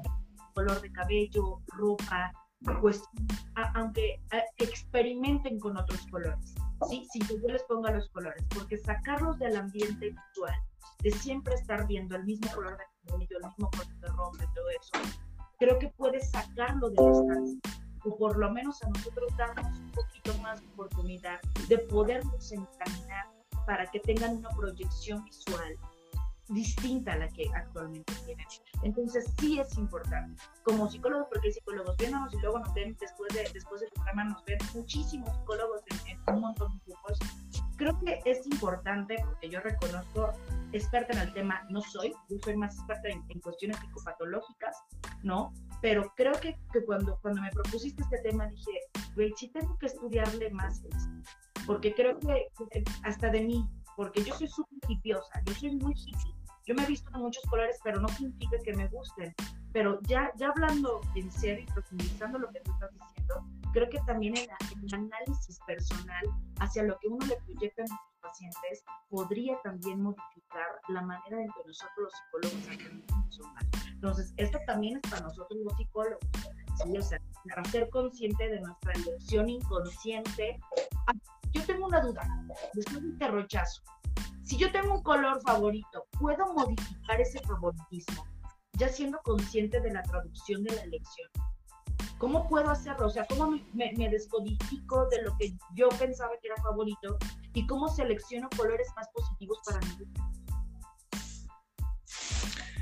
color de cabello, ropa, pues a, aunque a, experimenten con otros colores, ¿sí? Sin que yo les ponga los colores, porque sacarlos del ambiente visual, de siempre estar viendo el mismo color de cabello, el mismo color de ropa y todo eso, creo que puede sacarlo del estado, o por lo menos a nosotros darnos un poquito más de oportunidad de podernos encaminar para que tengan una proyección visual distinta a la que actualmente tienen. Entonces sí es importante, como psicólogos, porque hay psicólogos viéndonos y luego nos ven después, de, después del programa, nos ven muchísimos psicólogos en, en un montón de grupos. Creo que es importante, porque yo reconozco, experta en el tema no soy, yo soy más experta en, en cuestiones psicopatológicas, ¿no? Pero creo que, que cuando, cuando me propusiste este tema dije, güey, sí tengo que estudiarle más eso, porque creo que, que hasta de mí, porque yo soy súper hipiosa, yo soy muy hippie, yo me he visto de muchos colores, pero no significa que me gusten, pero ya, ya hablando en serio y profundizando lo que tú estás diciendo, creo que también el, el análisis personal hacia lo que uno le proyecta a nuestros pacientes podría también modificar la manera en que nosotros los psicólogos atendemos humanos. Entonces, esto también es para nosotros los psicólogos, ¿sí? O sea, para ser consciente de nuestra elección inconsciente. Ah, yo tengo una duda, después de este rechazo, si yo tengo un color favorito, ¿puedo modificar ese favoritismo? Ya siendo consciente de la traducción de la elección. ¿Cómo puedo hacerlo? O sea, ¿cómo me, me, me descodifico de lo que yo pensaba que era favorito y cómo selecciono colores más positivos para mí?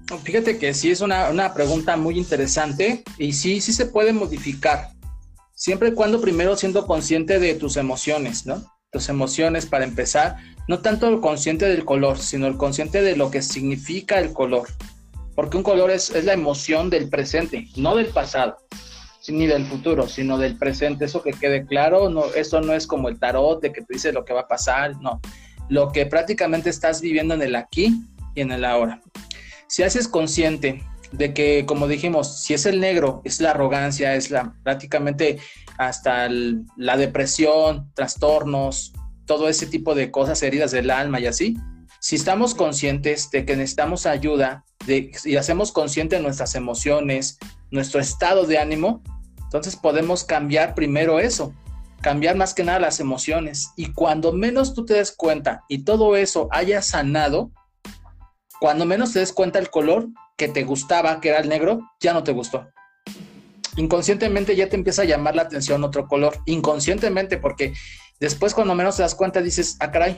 Fíjate que sí es una, una pregunta muy interesante y sí, sí se puede modificar, siempre y cuando primero siendo consciente de tus emociones, ¿no? Tus emociones para empezar, no tanto el consciente del color, sino el consciente de lo que significa el color, porque un color es, es la emoción del presente, no del pasado, ni del futuro, sino del presente, eso que quede claro, no, eso no es como el tarot de que te dice lo que va a pasar, no, lo que prácticamente estás viviendo en el aquí y en el ahora. Si haces consciente de que, como dijimos, si es el negro, es la arrogancia, es la prácticamente hasta el, la depresión, trastornos, todo ese tipo de cosas, heridas del alma y así. Si estamos conscientes de que necesitamos ayuda de, y hacemos consciente de nuestras emociones, nuestro estado de ánimo, entonces podemos cambiar primero eso, cambiar más que nada las emociones. Y cuando menos tú te des cuenta y todo eso haya sanado, cuando menos te des cuenta el color que te gustaba, que era el negro, ya no te gustó. Inconscientemente ya te empieza a llamar la atención otro color, inconscientemente, porque después cuando menos te das cuenta dices, ah, caray,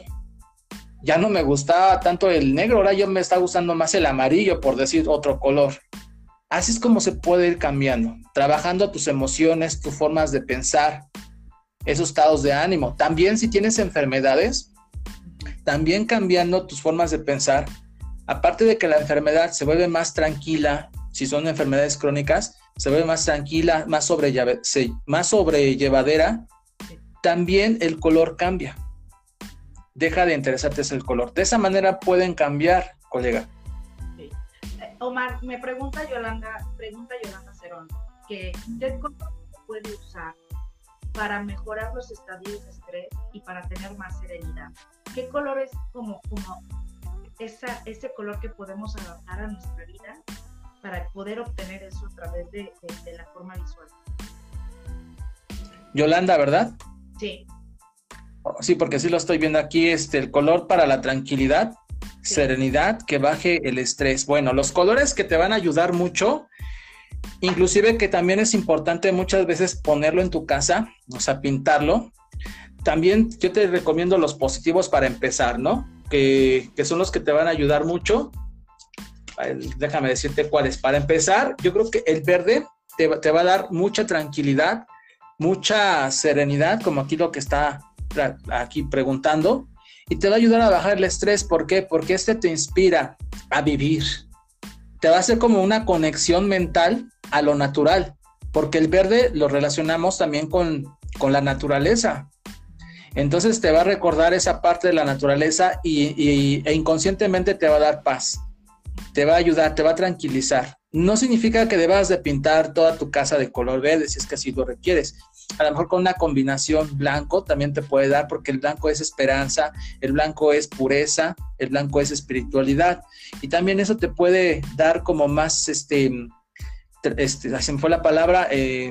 ya no me gustaba tanto el negro, ahora ya me está gustando más el amarillo, por decir otro color. Así es como se puede ir cambiando, trabajando tus emociones, tus formas de pensar, esos estados de ánimo. También si tienes enfermedades, también cambiando tus formas de pensar. Aparte de que la enfermedad se vuelve más tranquila, si son enfermedades crónicas, se vuelve más tranquila, más, sobrelleve, más sobrellevadera, también el color cambia. Deja de interesarte el color. De esa manera pueden cambiar, colega. Sí. Omar, me pregunta Yolanda, pregunta Yolanda Cerón, que ¿qué color puede usar para mejorar los estadios de estrés y para tener más serenidad? ¿Qué color es como, como esa, ese color que podemos adaptar a nuestra vida para poder obtener eso a través de, de, de la forma visual? Yolanda, ¿verdad? Sí. Sí, porque sí lo estoy viendo aquí, este, el color para la tranquilidad, sí. Serenidad, que baje el estrés. Bueno, los colores que te van a ayudar mucho, inclusive que también es importante muchas veces ponerlo en tu casa, o sea, pintarlo. También yo te recomiendo los positivos para empezar, ¿no? Que, que son los que te van a ayudar mucho. Déjame decirte cuáles. Para empezar, yo creo que el verde te, te va a dar mucha tranquilidad, mucha serenidad, como aquí lo que está aquí preguntando, y te va a ayudar a bajar el estrés. ¿Por qué? Porque este te inspira a vivir, te va a hacer como una conexión mental a lo natural, porque el verde lo relacionamos también con, con la naturaleza, entonces te va a recordar esa parte de la naturaleza y, y, e inconscientemente te va a dar paz, te va a ayudar, te va a tranquilizar. No significa que debas de pintar toda tu casa de color verde si es que así lo requieres. A lo mejor con una combinación blanco también te puede dar, porque el blanco es esperanza, el blanco es pureza, el blanco es espiritualidad, y también eso te puede dar como más, este, este se me fue la palabra, eh,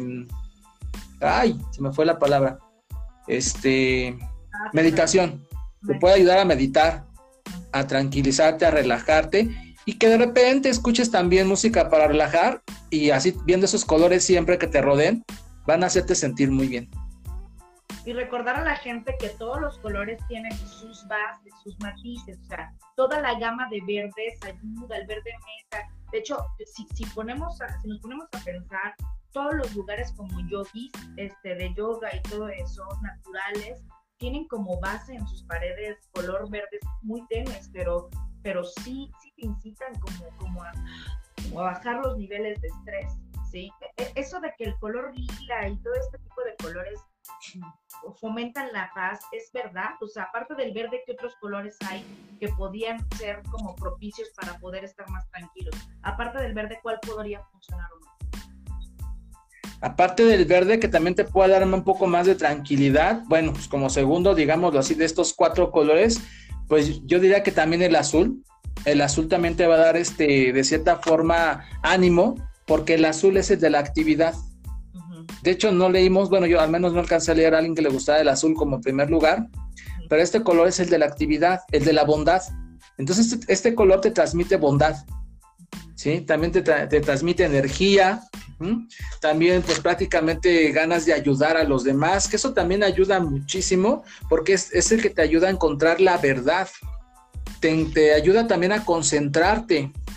ay, se me fue la palabra, este, meditación, te puede ayudar a meditar, a tranquilizarte, a relajarte, y que de repente escuches también música para relajar, y así viendo esos colores siempre que te rodeen, van a hacerte sentir muy bien. Y recordar a la gente que todos los colores tienen sus bases, sus matices, o sea, toda la gama de verdes ayuda, el verde mesa. De hecho, si, si, ponemos a, si nos ponemos a pensar, todos los lugares como yogis, este, de yoga y todo eso, naturales, tienen como base en sus paredes color verdes muy tenues, pero, pero sí, sí te incitan como, como, a, como a bajar los niveles de estrés. ¿Sí? Eso de que el color lila y todo este tipo de colores fomentan la paz, es verdad. O sea, aparte del verde, ¿qué otros colores hay que podían ser como propicios para poder estar más tranquilos? Aparte del verde, ¿cuál podría funcionar o no? Aparte del verde, que también te puede dar un poco más de tranquilidad, bueno, pues como segundo, digámoslo así, de estos cuatro colores, pues yo diría que también el azul. El azul también te va a dar, este, de cierta forma, ánimo, porque el azul es el de la actividad. Uh-huh. De hecho, no leímos, bueno, yo al menos no alcancé a leer a alguien que le gustara el azul como primer lugar, uh-huh. Pero este color es el de la actividad, el de la bondad. Entonces, este, este color te transmite bondad, ¿sí? También te, tra- te transmite energía, ¿sí? También, pues, prácticamente ganas de ayudar a los demás, que eso también ayuda muchísimo, porque es, es el que te ayuda a encontrar la verdad. Te, te ayuda también a concentrarte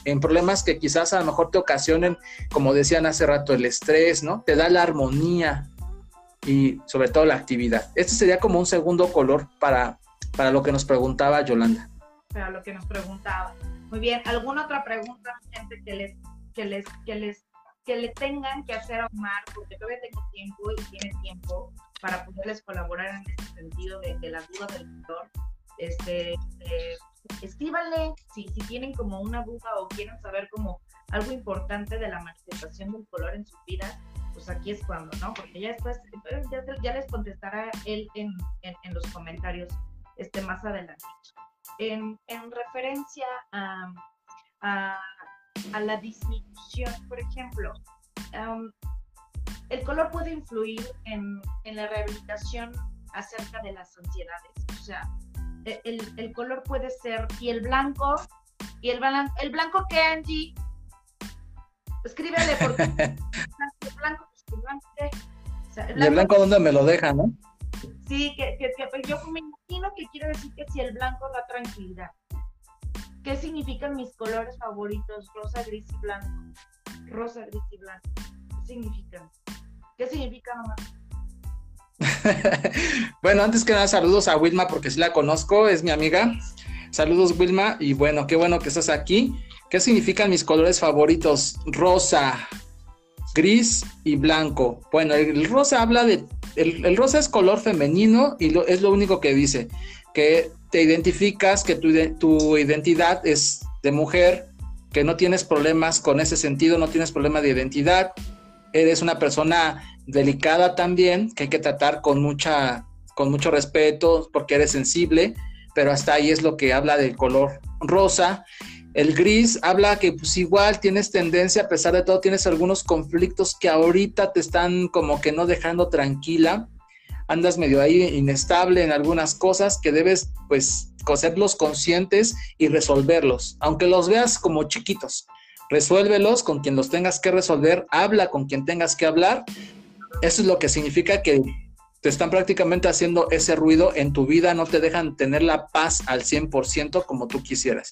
en problemas que quizás a lo mejor te ocasionen, como decían hace rato, el estrés, ¿no? Te da la armonía y sobre todo la actividad. Este sería como un segundo color para, para lo que nos preguntaba Yolanda. Para lo que nos preguntaba. Muy bien, ¿alguna otra pregunta, gente, que les, que les, que les, que le tengan que hacer a Omar? Porque todavía tengo tiempo y tiene tiempo para poderles colaborar en este sentido de, de las dudas del color. Este, eh, escríbanle si, si tienen como una duda o quieren saber como algo importante de la manifestación del color en sus vidas, pues aquí es cuando, ¿no? Porque ya después, ya, ya les contestará él en, en, en los comentarios este, más adelante. En, en referencia a, a, a la disminución, por ejemplo, um, el color puede influir en, en la rehabilitación acerca de las ansiedades. O sea, el, el color puede ser, y el blanco, y el, el blanco que Angie, escríbele porque el blanco, el blanco, ¿qué? O sea, el blanco, ¿y el blanco dónde me lo deja, no? Sí, que, que, que yo me imagino que quiere decir que si el blanco da tranquilidad. ¿Qué significan mis colores favoritos? Rosa, gris y blanco. Rosa, gris y blanco. ¿Qué significan? ¿Qué significa, mamá? Bueno, antes que nada, saludos a Wilma porque sí la conozco, es mi amiga. Saludos, Wilma, y bueno, qué bueno que estás aquí. ¿Qué significan mis colores favoritos? Rosa, gris y blanco. Bueno, el rosa habla de... El, el rosa es color femenino y lo, es lo único que dice, que te identificas, que tu, tu identidad es de mujer, que no tienes problemas con ese sentido, no tienes problema de identidad, eres una persona delicada también, que hay que tratar con, mucha, con mucho respeto porque eres sensible, pero hasta ahí es lo que habla del color rosa. El gris habla que pues igual tienes tendencia, a pesar de todo tienes algunos conflictos que ahorita te están como que no dejando tranquila, andas medio ahí inestable en algunas cosas que debes pues hacerlos conscientes y resolverlos, aunque los veas como chiquitos, resuélvelos con quien los tengas que resolver, habla con quien tengas que hablar. Eso es lo que significa que te están prácticamente haciendo ese ruido en tu vida, no te dejan tener la paz al cien por ciento como tú quisieras.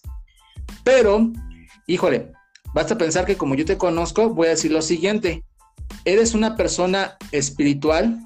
Pero, híjole, basta pensar que como yo te conozco, voy a decir lo siguiente: eres una persona espiritual,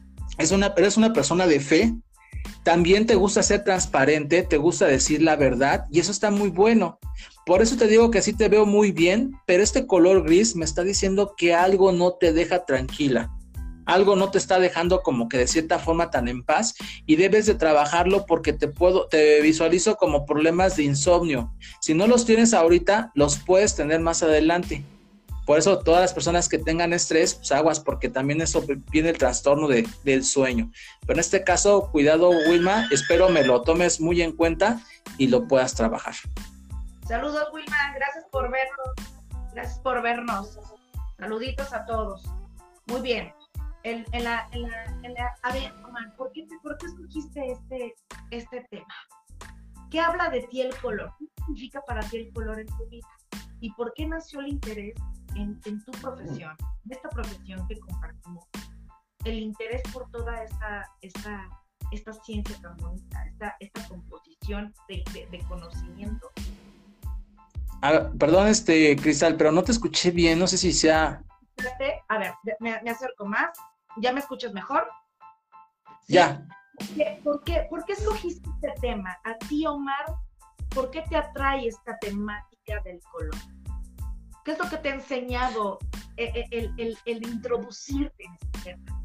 es una, eres una persona de fe, también te gusta ser transparente, te gusta decir la verdad, y eso está muy bueno. Por eso te digo que sí te veo muy bien, pero este color gris me está diciendo que algo no te deja tranquila. Algo no te está dejando como que de cierta forma tan en paz y debes de trabajarlo porque te puedo, te visualizo como problemas de insomnio. Si no los tienes ahorita, los puedes tener más adelante. Por eso todas las personas que tengan estrés, pues aguas, porque también eso viene el trastorno de, del sueño. Pero en este caso, cuidado, Wilma, espero me lo tomes muy en cuenta y lo puedas trabajar. Saludos, Wilma, gracias por vernos, gracias por vernos. Saluditos a todos. Muy bien. En, en la, en la, en la, a ver, Omar, ¿por qué, ¿por qué escogiste este, este tema? ¿Qué habla de ti el color? ¿Qué significa para ti el color en tu vida? ¿Y por qué nació el interés en, en tu profesión, en esta profesión que compartimos? El interés por toda esta, esta, esta ciencia tan bonita, esta, esta composición de, de, de conocimiento. Ah, perdón, este, Cristal, pero no te escuché bien, no sé si sea... A ver, me, me acerco más. ¿Ya me escuchas mejor? ¿Sí? Ya. ¿Por qué, ¿Por qué escogiste este tema? A ti, Omar, ¿por qué te atrae esta temática del color? ¿Qué es lo que te ha enseñado el, el, el, el introducirte en este tema?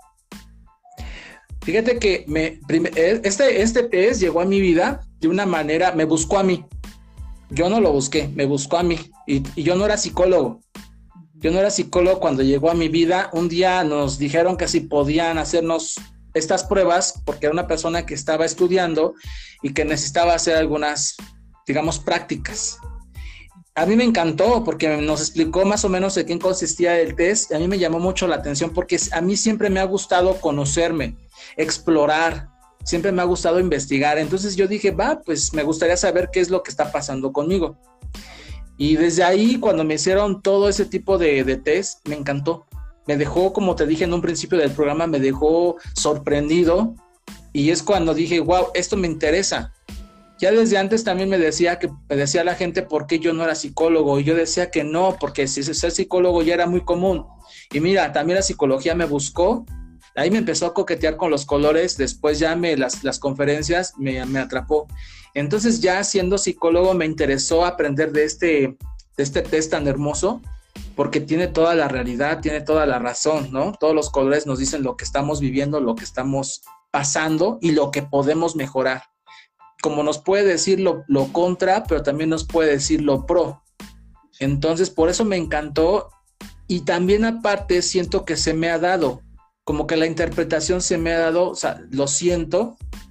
Fíjate que me, este, este test llegó a mi vida de una manera, me buscó a mí. Yo no lo busqué, me buscó a mí. Y, y yo no era psicólogo. Yo no era psicólogo cuando llegó a mi vida. Un día nos dijeron que si podían hacernos estas pruebas, porque era una persona que estaba estudiando y que necesitaba hacer algunas, digamos, prácticas. A mí me encantó porque nos explicó más o menos de qué consistía el test. Y a mí me llamó mucho la atención porque a mí siempre me ha gustado conocerme, explorar, siempre me ha gustado investigar. Entonces yo dije, va, pues me gustaría saber qué es lo que está pasando conmigo. Y desde ahí, cuando me hicieron todo ese tipo de, de test, me encantó. Me dejó, como te dije en un principio del programa, me dejó sorprendido. Y es cuando dije, wow, esto me interesa. Ya desde antes también me decía que me decía la gente por qué yo no era psicólogo, y yo decía que no, porque si ser psicólogo ya era muy común. Y mira, también la psicología me buscó, ahí me empezó a coquetear con los colores, después ya me las, las conferencias me, me atrapó. Entonces ya siendo psicólogo me interesó aprender de este, de este test tan hermoso, porque tiene toda la realidad, tiene toda la razón, ¿no? Todos los colores nos dicen lo que estamos viviendo, lo que estamos pasando y lo que podemos mejorar. Como nos puede decir lo, lo contra, pero también nos puede decir lo pro. Entonces, por eso me encantó, y también aparte siento que se me ha dado, como que la interpretación se me ha dado, o sea, lo siento,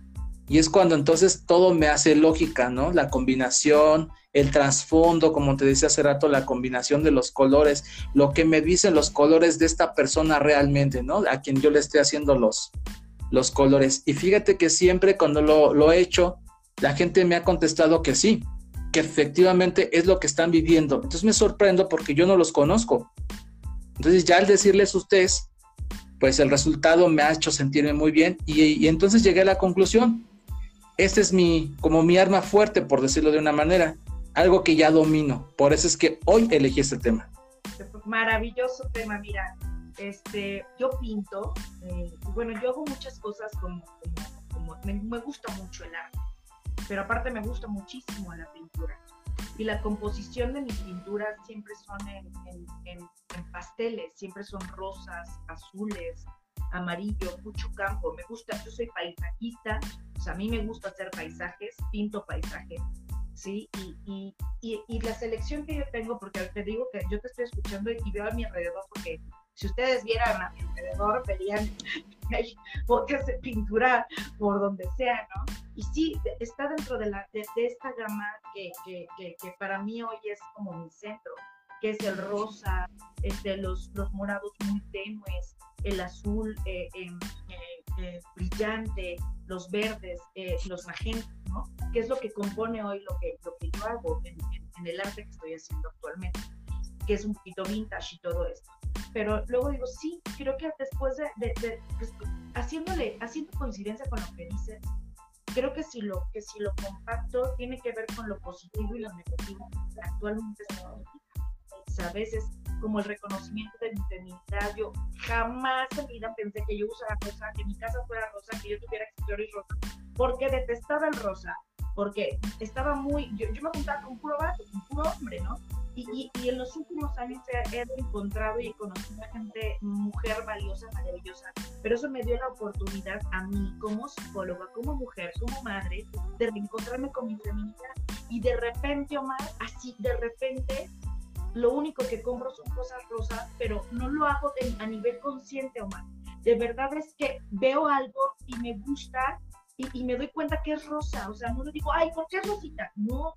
y es cuando entonces todo me hace lógica, ¿no? La combinación, el trasfondo, como te decía hace rato, la combinación de los colores, lo que me dicen los colores de esta persona realmente, ¿no? A quien yo le esté haciendo los, los colores. Y fíjate que siempre cuando lo, lo he hecho, la gente me ha contestado que sí, que efectivamente es lo que están viviendo. Entonces me sorprendo porque yo no los conozco. Entonces ya al decirles a ustedes, pues el resultado me ha hecho sentirme muy bien, y, y entonces llegué a la conclusión. Este es mi, como mi arma fuerte, por decirlo de una manera, algo que ya domino. Por eso es que hoy elegí este tema. Maravilloso tema, mira. Este, yo pinto, eh, bueno, yo hago muchas cosas como, como, como me, me gusta mucho el arte. Pero aparte me gusta muchísimo la pintura. Y la composición de mis pinturas siempre son en, en, en, en pasteles, siempre son rosas, azules, amarillo, mucho campo. Me gusta, yo soy paisajista, o sea, a mí me gusta hacer paisajes, pinto paisajes, ¿sí? Y, y, y, y la selección que yo tengo, porque te digo que yo te estoy escuchando y veo a mi alrededor, porque si ustedes vieran a mi alrededor, verían que hay botes de pintura por donde sea, ¿no? Y sí, está dentro de, la, de, de esta gama que, que, que, que para mí hoy es como mi centro, que es el rosa, este, los, los morados muy tenues, el azul eh, eh, eh, eh, brillante, los verdes, eh, los magentas, ¿no? Que es lo que compone hoy lo que, lo que yo hago en, en, en el arte que estoy haciendo actualmente, que es un poquito vintage y todo esto. Pero luego digo, sí, creo que después de, de, de pues, haciéndole, haciendo coincidencia con lo que dices, creo que si lo que si lo compacto tiene que ver con lo positivo y lo negativo actualmente se significa. A veces como el reconocimiento de mi feminidad, yo jamás en mi vida pensé que yo usara rosa, que mi casa fuera rosa, que yo tuviera accesorios rosas, porque detestaba el rosa, porque estaba muy, yo, yo me juntaba con puro vato, con puro hombre, ¿no? Y, y, y en los últimos años he, he encontrado y he conocido a gente, mujer valiosa, maravillosa, pero eso me dio la oportunidad a mí como psicóloga, como mujer, como madre, de reencontrarme con mi feminidad. Y de repente, Omar, así de repente, lo único que compro son cosas rosas, pero no lo hago de, a nivel consciente, Omar. De verdad es que veo algo y me gusta y, y me doy cuenta que es rosa. O sea, no le digo, ay, ¿por qué es rosita? No,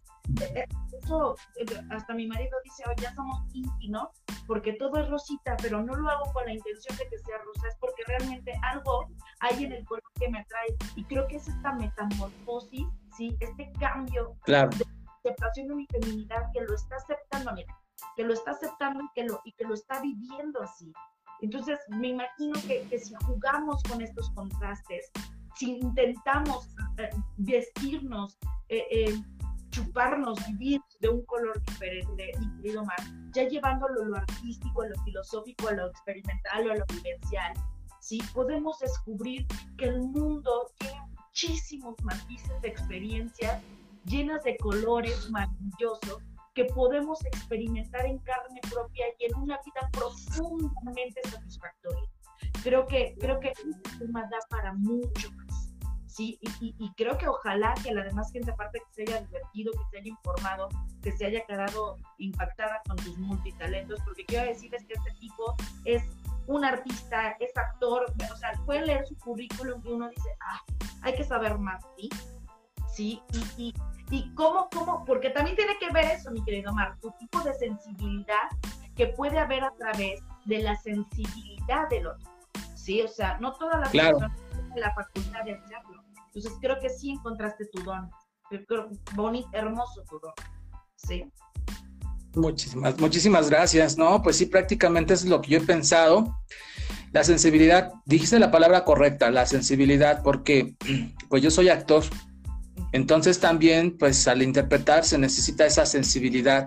eso, hasta mi marido dice, oh, ya somos kinky, ¿no? Porque todo es rosita, pero no lo hago con la intención de que sea rosa, es porque realmente algo hay en el color que me atrae. Y creo que es esta metamorfosis, ¿sí? Este cambio claro. de aceptación de mi feminidad que lo está aceptando, mira, que lo está aceptando y que lo, y que lo está viviendo así. Entonces, me imagino que, que si jugamos con estos contrastes, si intentamos eh, vestirnos, eh, eh, chuparnos, vivir de un color diferente, mi querido Mar, ya llevándolo a lo artístico, a lo filosófico, a lo experimental o a lo vivencial, ¿sí? Podemos descubrir que el mundo tiene muchísimos matices de experiencias llenas de colores maravillosos que podemos experimentar en carne propia y en una vida profundamente satisfactoria. Creo que, creo que este tema da para mucho más, ¿sí? Y, y, y creo que ojalá que la demás gente, aparte que se haya divertido, que se haya informado, que se haya quedado impactada con tus multitalentos, porque quiero decirles que este tipo es un artista, es actor, o sea, puede leer su currículum y uno dice, ah, hay que saber más, ¿sí? Sí, y, y, y cómo, cómo, porque también tiene que ver eso, mi querido Mar, tu tipo de sensibilidad que puede haber a través de la sensibilidad del otro, ¿sí? O sea, no todas las claro. personas tienen la facultad de hacerlo. Entonces creo que sí encontraste tu don, creo, bonito, hermoso tu don, ¿sí? Muchísimas, muchísimas gracias, ¿no? Pues sí, prácticamente eso es lo que yo he pensado. La sensibilidad, dijiste la palabra correcta, la sensibilidad, porque pues yo soy actor. Entonces también, pues al interpretar se necesita esa sensibilidad.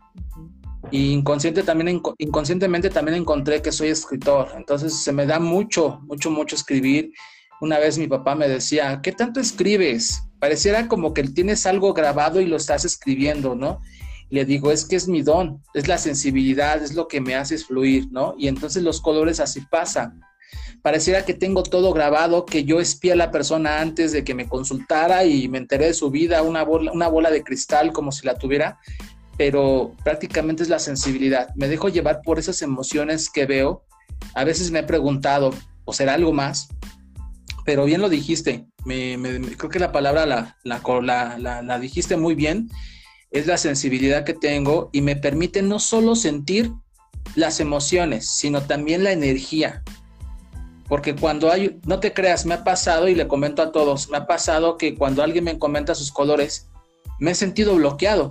Y inconsciente también, inconscientemente también encontré que soy escritor. Entonces se me da mucho, mucho, mucho escribir. Una vez mi papá me decía, ¿qué tanto escribes? Pareciera como que tienes algo grabado y lo estás escribiendo, ¿no? Le digo, es que es mi don, es la sensibilidad, es lo que me hace fluir, ¿no? Y entonces los colores así pasan. Pareciera que tengo todo grabado, que yo espié a la persona antes de que me consultara y me enteré de su vida, una bola, una bola de cristal como si la tuviera, pero prácticamente es la sensibilidad. Me dejo llevar por esas emociones que veo. A veces me he preguntado, ¿o será algo más? Pero bien lo dijiste, me, me, creo que la palabra la, la, la, la, la dijiste muy bien. Es la sensibilidad que tengo y me permite no solo sentir las emociones, sino también la energía. Porque cuando hay, no te creas, me ha pasado, y le comento a todos, me ha pasado que cuando alguien me comenta sus colores, me he sentido bloqueado.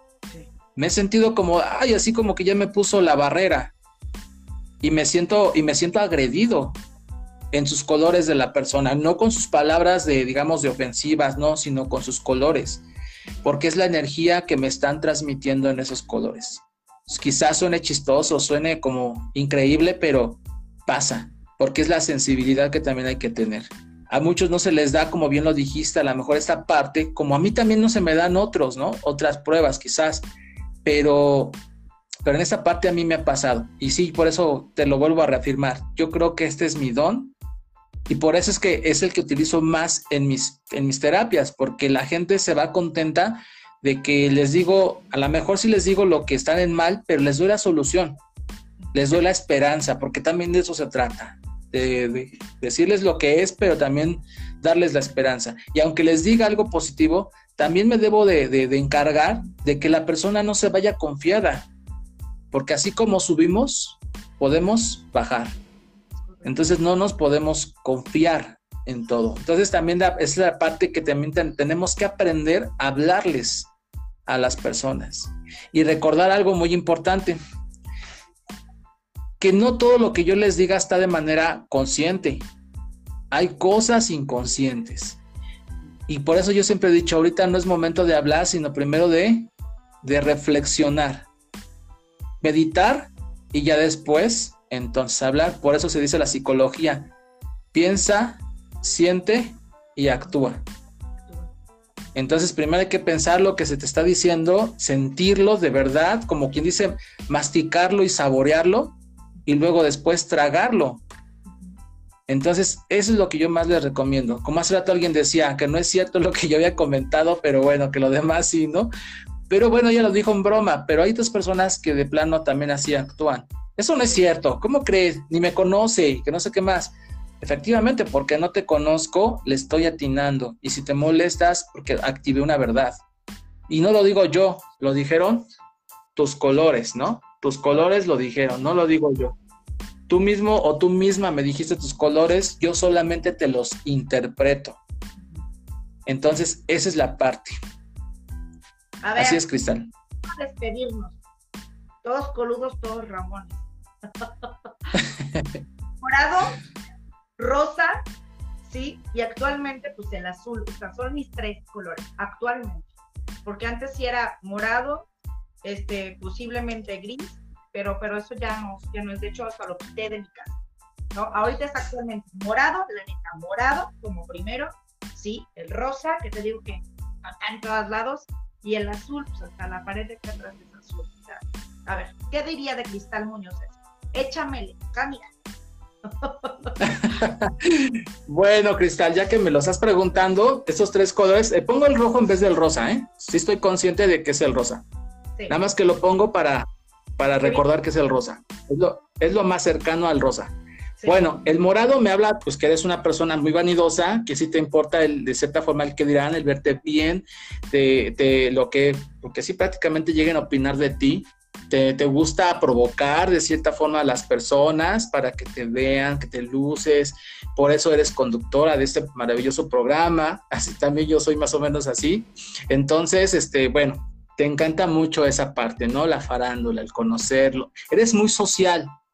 Me he sentido como, ay, así como que ya me puso la barrera. Y me siento, y me siento agredido en sus colores de la persona, no con sus palabras de, digamos, de ofensivas, no, sino con sus colores. Porque es la energía que me están transmitiendo en esos colores. Quizás suene chistoso, suene como increíble, pero pasa, porque es la sensibilidad que también hay que tener. A muchos no se les da, como bien lo dijiste, a lo mejor esta parte, como a mí también no se me dan otros, ¿no? Otras pruebas quizás, pero, pero en esta parte a mí me ha pasado. Y sí, por eso te lo vuelvo a reafirmar. Yo creo que este es mi don. Y por eso es que es el que utilizo más en mis, en mis terapias, porque la gente se va contenta de que les digo, a lo mejor sí les digo lo que están en mal, pero les doy la solución, les doy la esperanza, porque también de eso se trata, de, de decirles lo que es, pero también darles la esperanza. Y aunque les diga algo positivo, también me debo de, de, de encargar de que la persona no se vaya confiada, porque así como subimos, podemos bajar. Entonces no nos podemos confiar en todo. Entonces también la, es la parte que también ten, tenemos que aprender a hablarles a las personas. Y recordar algo muy importante, que no todo lo que yo les diga está de manera consciente. Hay cosas inconscientes. Y por eso yo siempre he dicho, ahorita no es momento de hablar, sino primero de, de reflexionar, meditar y ya después... entonces hablar. Por eso se dice la psicología, piensa, siente y actúa. Entonces primero hay que pensar lo que se te está diciendo, sentirlo de verdad, como quien dice, masticarlo y saborearlo, y luego después tragarlo. Entonces eso es lo que yo más les recomiendo. Como hace rato alguien decía, que no es cierto lo que yo había comentado, pero bueno, que lo demás sí, ¿no? Pero bueno, ella lo dijo en broma, pero hay otras personas que de plano también así actúan. Eso no es cierto, ¿cómo crees? Ni me conoce, que no sé qué más. Efectivamente, porque no te conozco, le estoy atinando. Y si te molestas, porque activé una verdad. Y no lo digo yo, lo dijeron tus colores, ¿no? Tus colores lo dijeron, no lo digo yo. Tú mismo o tú misma me dijiste tus colores, yo solamente te los interpreto. Entonces, esa es la parte. A ver, así es, Cristal. Vamos a despedirnos. Todos coludos, todos ramones. Morado, rosa, sí, y actualmente pues el azul. O sea, son mis tres colores, actualmente. Porque antes sí era morado, este, posiblemente gris, pero, pero eso ya no, ya no es, de hecho hasta lo quité de mi casa, ¿no? Ahorita es actualmente morado, la neta, morado como primero, sí, el rosa, que te digo que acá en todos lados, y el azul, pues hasta la pared de acá atrás es azul. O sea, a ver, ¿qué diría de Cristal Muñoz eso? Échamele, acá mira. Bueno, Cristal, ya que me lo estás preguntando, estos tres colores, eh, pongo el rojo en vez del rosa, ¿eh? Sí estoy consciente de que es el rosa. Sí. Nada más que lo pongo para, para recordar que es el rosa. Es lo, es lo más cercano al rosa. Sí. Bueno, el morado me habla, pues que eres una persona muy vanidosa, que sí te importa el, de cierta forma el que dirán, el verte bien, de, de lo que, porque sí prácticamente lleguen a opinar de ti. Te, te gusta provocar de cierta forma a las personas para que te vean, que te luces, por eso eres conductora de este maravilloso programa, así también yo soy más o menos así. Entonces, este, bueno, te encanta mucho esa parte, ¿no? La farándula, el conocerlo, eres muy social,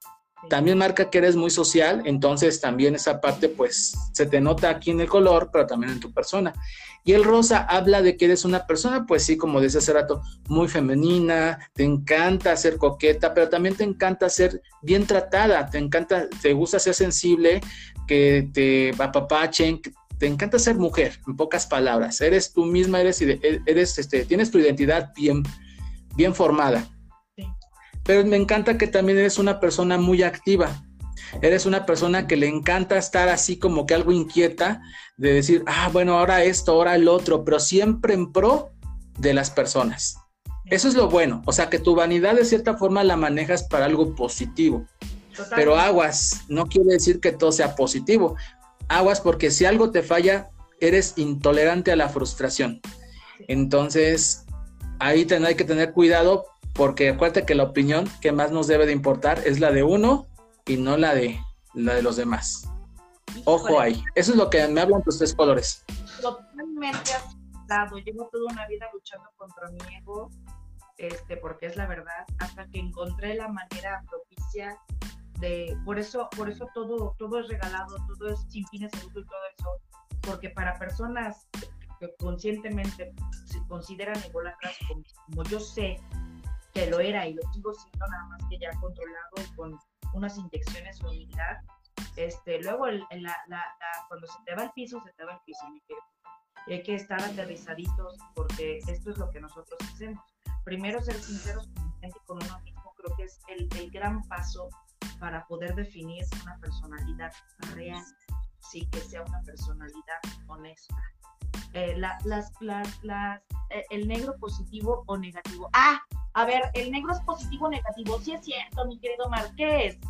también marca que eres muy social, entonces también esa parte pues se te nota aquí en el color, pero también en tu persona. Y el rosa habla de que eres una persona, pues sí, como decía hace rato, muy femenina, te encanta ser coqueta, pero también te encanta ser bien tratada, te encanta, te gusta ser sensible, que te apapachen, que te encanta ser mujer, en pocas palabras. Eres tú misma, eres, eres este, tienes tu identidad bien, bien formada. Sí. Pero me encanta que también eres una persona muy activa. Eres una persona que le encanta estar así como que algo inquieta, de decir, ah, bueno, ahora esto, ahora el otro, pero siempre en pro de las personas. Eso es lo bueno, o sea, que tu vanidad de cierta forma la manejas para algo positivo. Totalmente. Pero aguas, no quiere decir que todo sea positivo. Aguas porque si algo te falla, eres intolerante a la frustración. Entonces, ahí ten, hay que tener cuidado, porque acuérdate que la opinión que más nos debe de importar es la de uno y no la de, la de los demás. Ojo ahí. Eso es lo que me hablan tus tres colores. Totalmente aceptado. Llevo toda una vida luchando contra mi ego, este, porque es la verdad, hasta que encontré la manera propicia de, por eso, por eso todo, todo es regalado, todo es sin fines de lucro y todo eso, porque para personas que conscientemente se consideran ególatras, como, como yo sé que lo era y lo sigo siendo, nada más que ya controlado y con unas inyecciones de humildad, este, luego el, el, la, la, la, cuando se te va el piso, se te va el piso, mi querido. Y hay que estar aterrizaditos, porque esto es lo que nosotros hacemos. Primero, ser sinceros con la gente y con uno mismo, creo que es el, el gran paso para poder definir una personalidad real, sí, que sea una personalidad honesta. Eh, la, las, las, las, eh, el negro positivo o negativo. Ah, a ver, el negro es positivo o negativo. Sí es cierto, mi querido Mar, ¿qué es?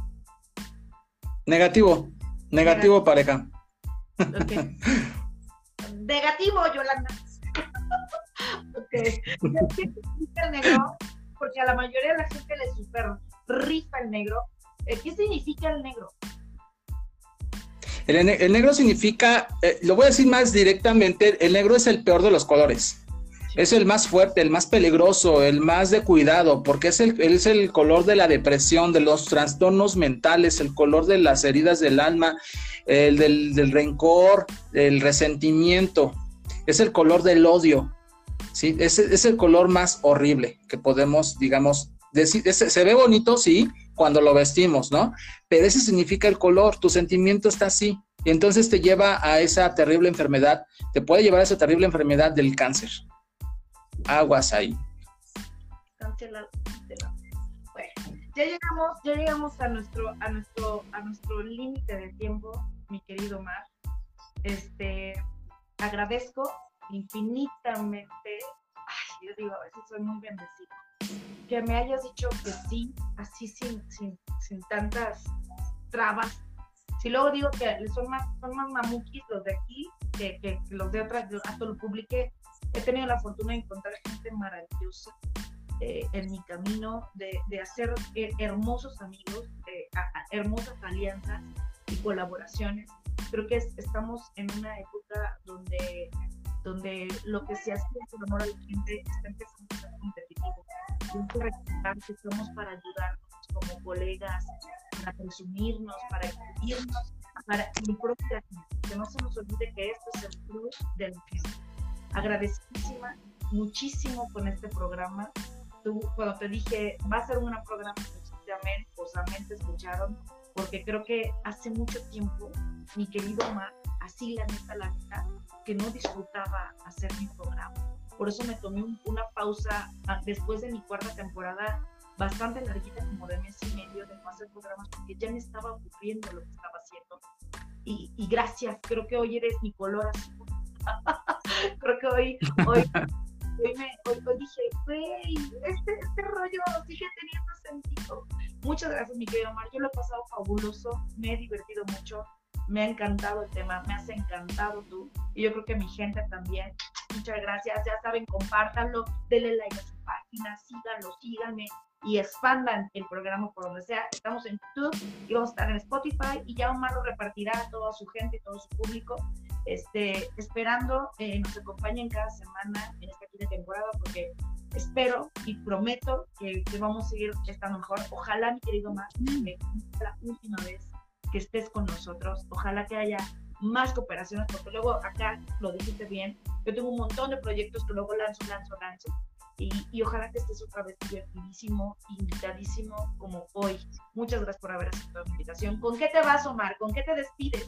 Negativo, negativo, negativo. Pareja. Okay. Negativo, Yolanda. Ok. ¿Qué significa el negro? Porque a la mayoría de la gente le super rifa el negro. ¿Qué significa el negro? El, el negro significa, eh, lo voy a decir más directamente, el negro es el peor de los colores. Es el más fuerte, el más peligroso, el más de cuidado, porque es el, es el color de la depresión, de los trastornos mentales, el color de las heridas del alma, el del, del rencor, el resentimiento, es el color del odio, ¿sí? Es, es el color más horrible que podemos, digamos, decir. Es, se ve bonito, sí, cuando lo vestimos, ¿no? Pero ese significa el color, tu sentimiento está así, y entonces te lleva a esa terrible enfermedad, te puede llevar a esa terrible enfermedad del cáncer. Aguas ahí. Cancelado. Bueno, ya llegamos, ya llegamos a nuestro, a nuestro, a nuestro límite de tiempo, mi querido Mar. Este, agradezco infinitamente, ay, yo digo, a veces soy muy bendecida, que me hayas dicho que sí, así sin, sin, sin tantas trabas. Si luego digo que son más, son más mamuquis los de aquí que, que, que los de otras, yo hasta lo publiqué. He tenido la fortuna de encontrar gente maravillosa eh, en mi camino, de, de hacer eh, hermosos amigos, eh, a, a, hermosas alianzas y colaboraciones. Creo que es, estamos en una época donde, donde lo que se hace por amor a la gente está empezando a ser competitivo. Tengo que recordar que estamos para ayudarnos como colegas, para presumirnos, para exhibirnos, para mi propia gente. Que no se nos olvide que esto es el club de la gente. Agradecidísima muchísimo con este programa. Tú, cuando te dije, va a ser un programa que amén, pues amén, te escucharon, porque creo que hace mucho tiempo, mi querido Mar, así la neta, la neta, que no disfrutaba hacer mi programa. Por eso me tomé un, una pausa después de mi cuarta temporada, bastante larguita, como de mes y medio, de no hacer programas, porque ya me estaba aburriendo lo que estaba haciendo. Y, y gracias, creo que hoy eres mi color azul. Creo que hoy, hoy, hoy, me, hoy, hoy dije, güey, este, este rollo sigue teniendo sentido. Muchas gracias, mi querido Mar. Yo lo he pasado fabuloso, me he divertido mucho, me ha encantado el tema, me has encantado tú, y yo creo que mi gente también. Muchas gracias, ya saben, compártanlo, denle like a su página, síganlo, síganme y expandan el programa por donde sea. Estamos en YouTube y vamos a estar en Spotify, y ya Omar lo repartirá a toda su gente, todo su público. Este, esperando eh, nos acompañen cada semana en esta quinta temporada, porque espero y prometo que, que vamos a seguir estando mejor. Ojalá, mi querido Omar, que la última vez que estés con nosotros, ojalá que haya más cooperaciones, porque luego acá, lo dijiste bien, yo tengo un montón de proyectos que luego lanzo, lanzo, lanzo, y, y ojalá que estés otra vez divertidísimo, invitadísimo como hoy. Muchas gracias por haber aceptado la invitación. ¿Con qué te vas, Omar? ¿Con qué te despides?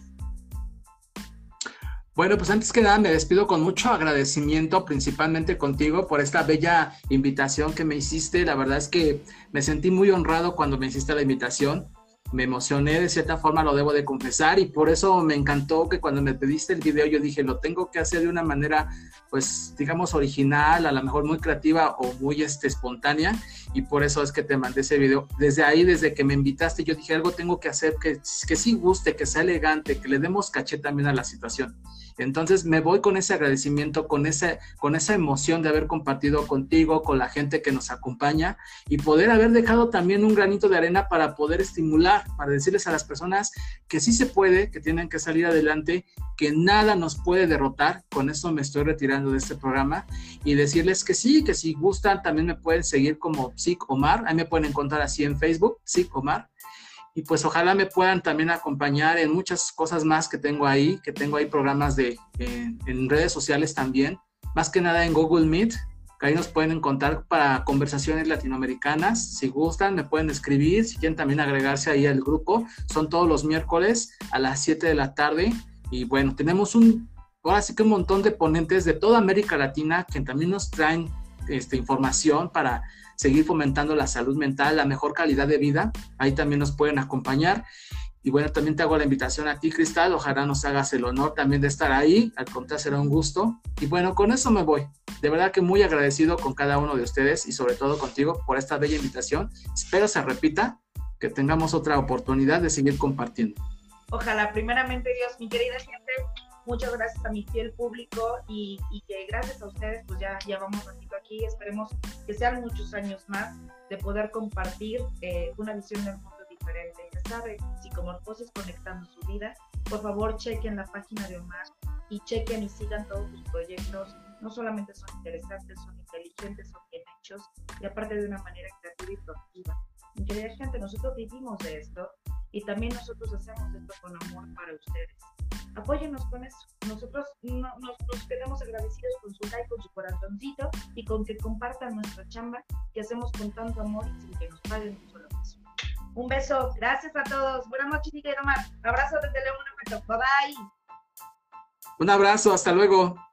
Bueno, pues antes que nada me despido con mucho agradecimiento, principalmente contigo, por esta bella invitación que me hiciste. La verdad es que me sentí muy honrado cuando me hiciste la invitación. Me emocioné, de cierta forma lo debo de confesar, y por eso me encantó que cuando me pediste el video yo dije, lo tengo que hacer de una manera, pues, digamos, original, a lo mejor muy creativa o muy este, espontánea, y por eso es que te mandé ese video. Desde ahí, desde que me invitaste, yo dije, algo tengo que hacer que, que sí guste, que sea elegante, que le demos caché también a la situación. Entonces me voy con ese agradecimiento, con, ese, con esa emoción de haber compartido contigo, con la gente que nos acompaña, y poder haber dejado también un granito de arena para poder estimular, para decirles a las personas que sí se puede, que tienen que salir adelante, que nada nos puede derrotar. Con eso me estoy retirando de este programa, y decirles que sí, que si gustan también me pueden seguir como Psic Omar. Ahí me pueden encontrar así en Facebook, Psic Omar. Y pues ojalá me puedan también acompañar en muchas cosas más que tengo ahí, que tengo ahí programas de, en, en redes sociales también, más que nada en Google Meet, que ahí nos pueden encontrar para conversaciones latinoamericanas. Si gustan, me pueden escribir, si quieren también agregarse ahí al grupo. Son todos los miércoles a las siete de la tarde. Y bueno, tenemos un, ahora sí que un montón de ponentes de toda América Latina que también nos traen este, información para seguir fomentando la salud mental, la mejor calidad de vida. Ahí también nos pueden acompañar. Y bueno, también te hago la invitación a ti, Cristal. Ojalá nos hagas el honor también de estar ahí. Al contrario, será un gusto. Y bueno, con eso me voy. De verdad que muy agradecido con cada uno de ustedes y sobre todo contigo por esta bella invitación. Espero se repita, que tengamos otra oportunidad de seguir compartiendo. Ojalá, primeramente Dios, mi querida gente, muchas gracias a mi fiel público, y, y que gracias a ustedes pues ya llevamos un ratito aquí. Esperemos que sean muchos años más de poder compartir eh, una visión del mundo diferente. Ya saben, Psicomorfosis conectando su vida. Por favor, chequen la página de Omar y chequen y sigan todos sus proyectos. No solamente son interesantes, son inteligentes, son bien hechos, y aparte de una manera creativa y productiva. Mi querida gente, nosotros vivimos de esto, y también nosotros hacemos esto con amor para ustedes. Apóyennos con eso. Nosotros no, nos, nos quedamos agradecidos con su like, con su corazoncito, y con que compartan nuestra chamba que hacemos con tanto amor y sin que nos paguen un solo peso. Un beso, gracias a todos. Buenas noches, mi querido Omar. Abrazo desde León, Guanajuato. Bye bye. Un abrazo, hasta luego.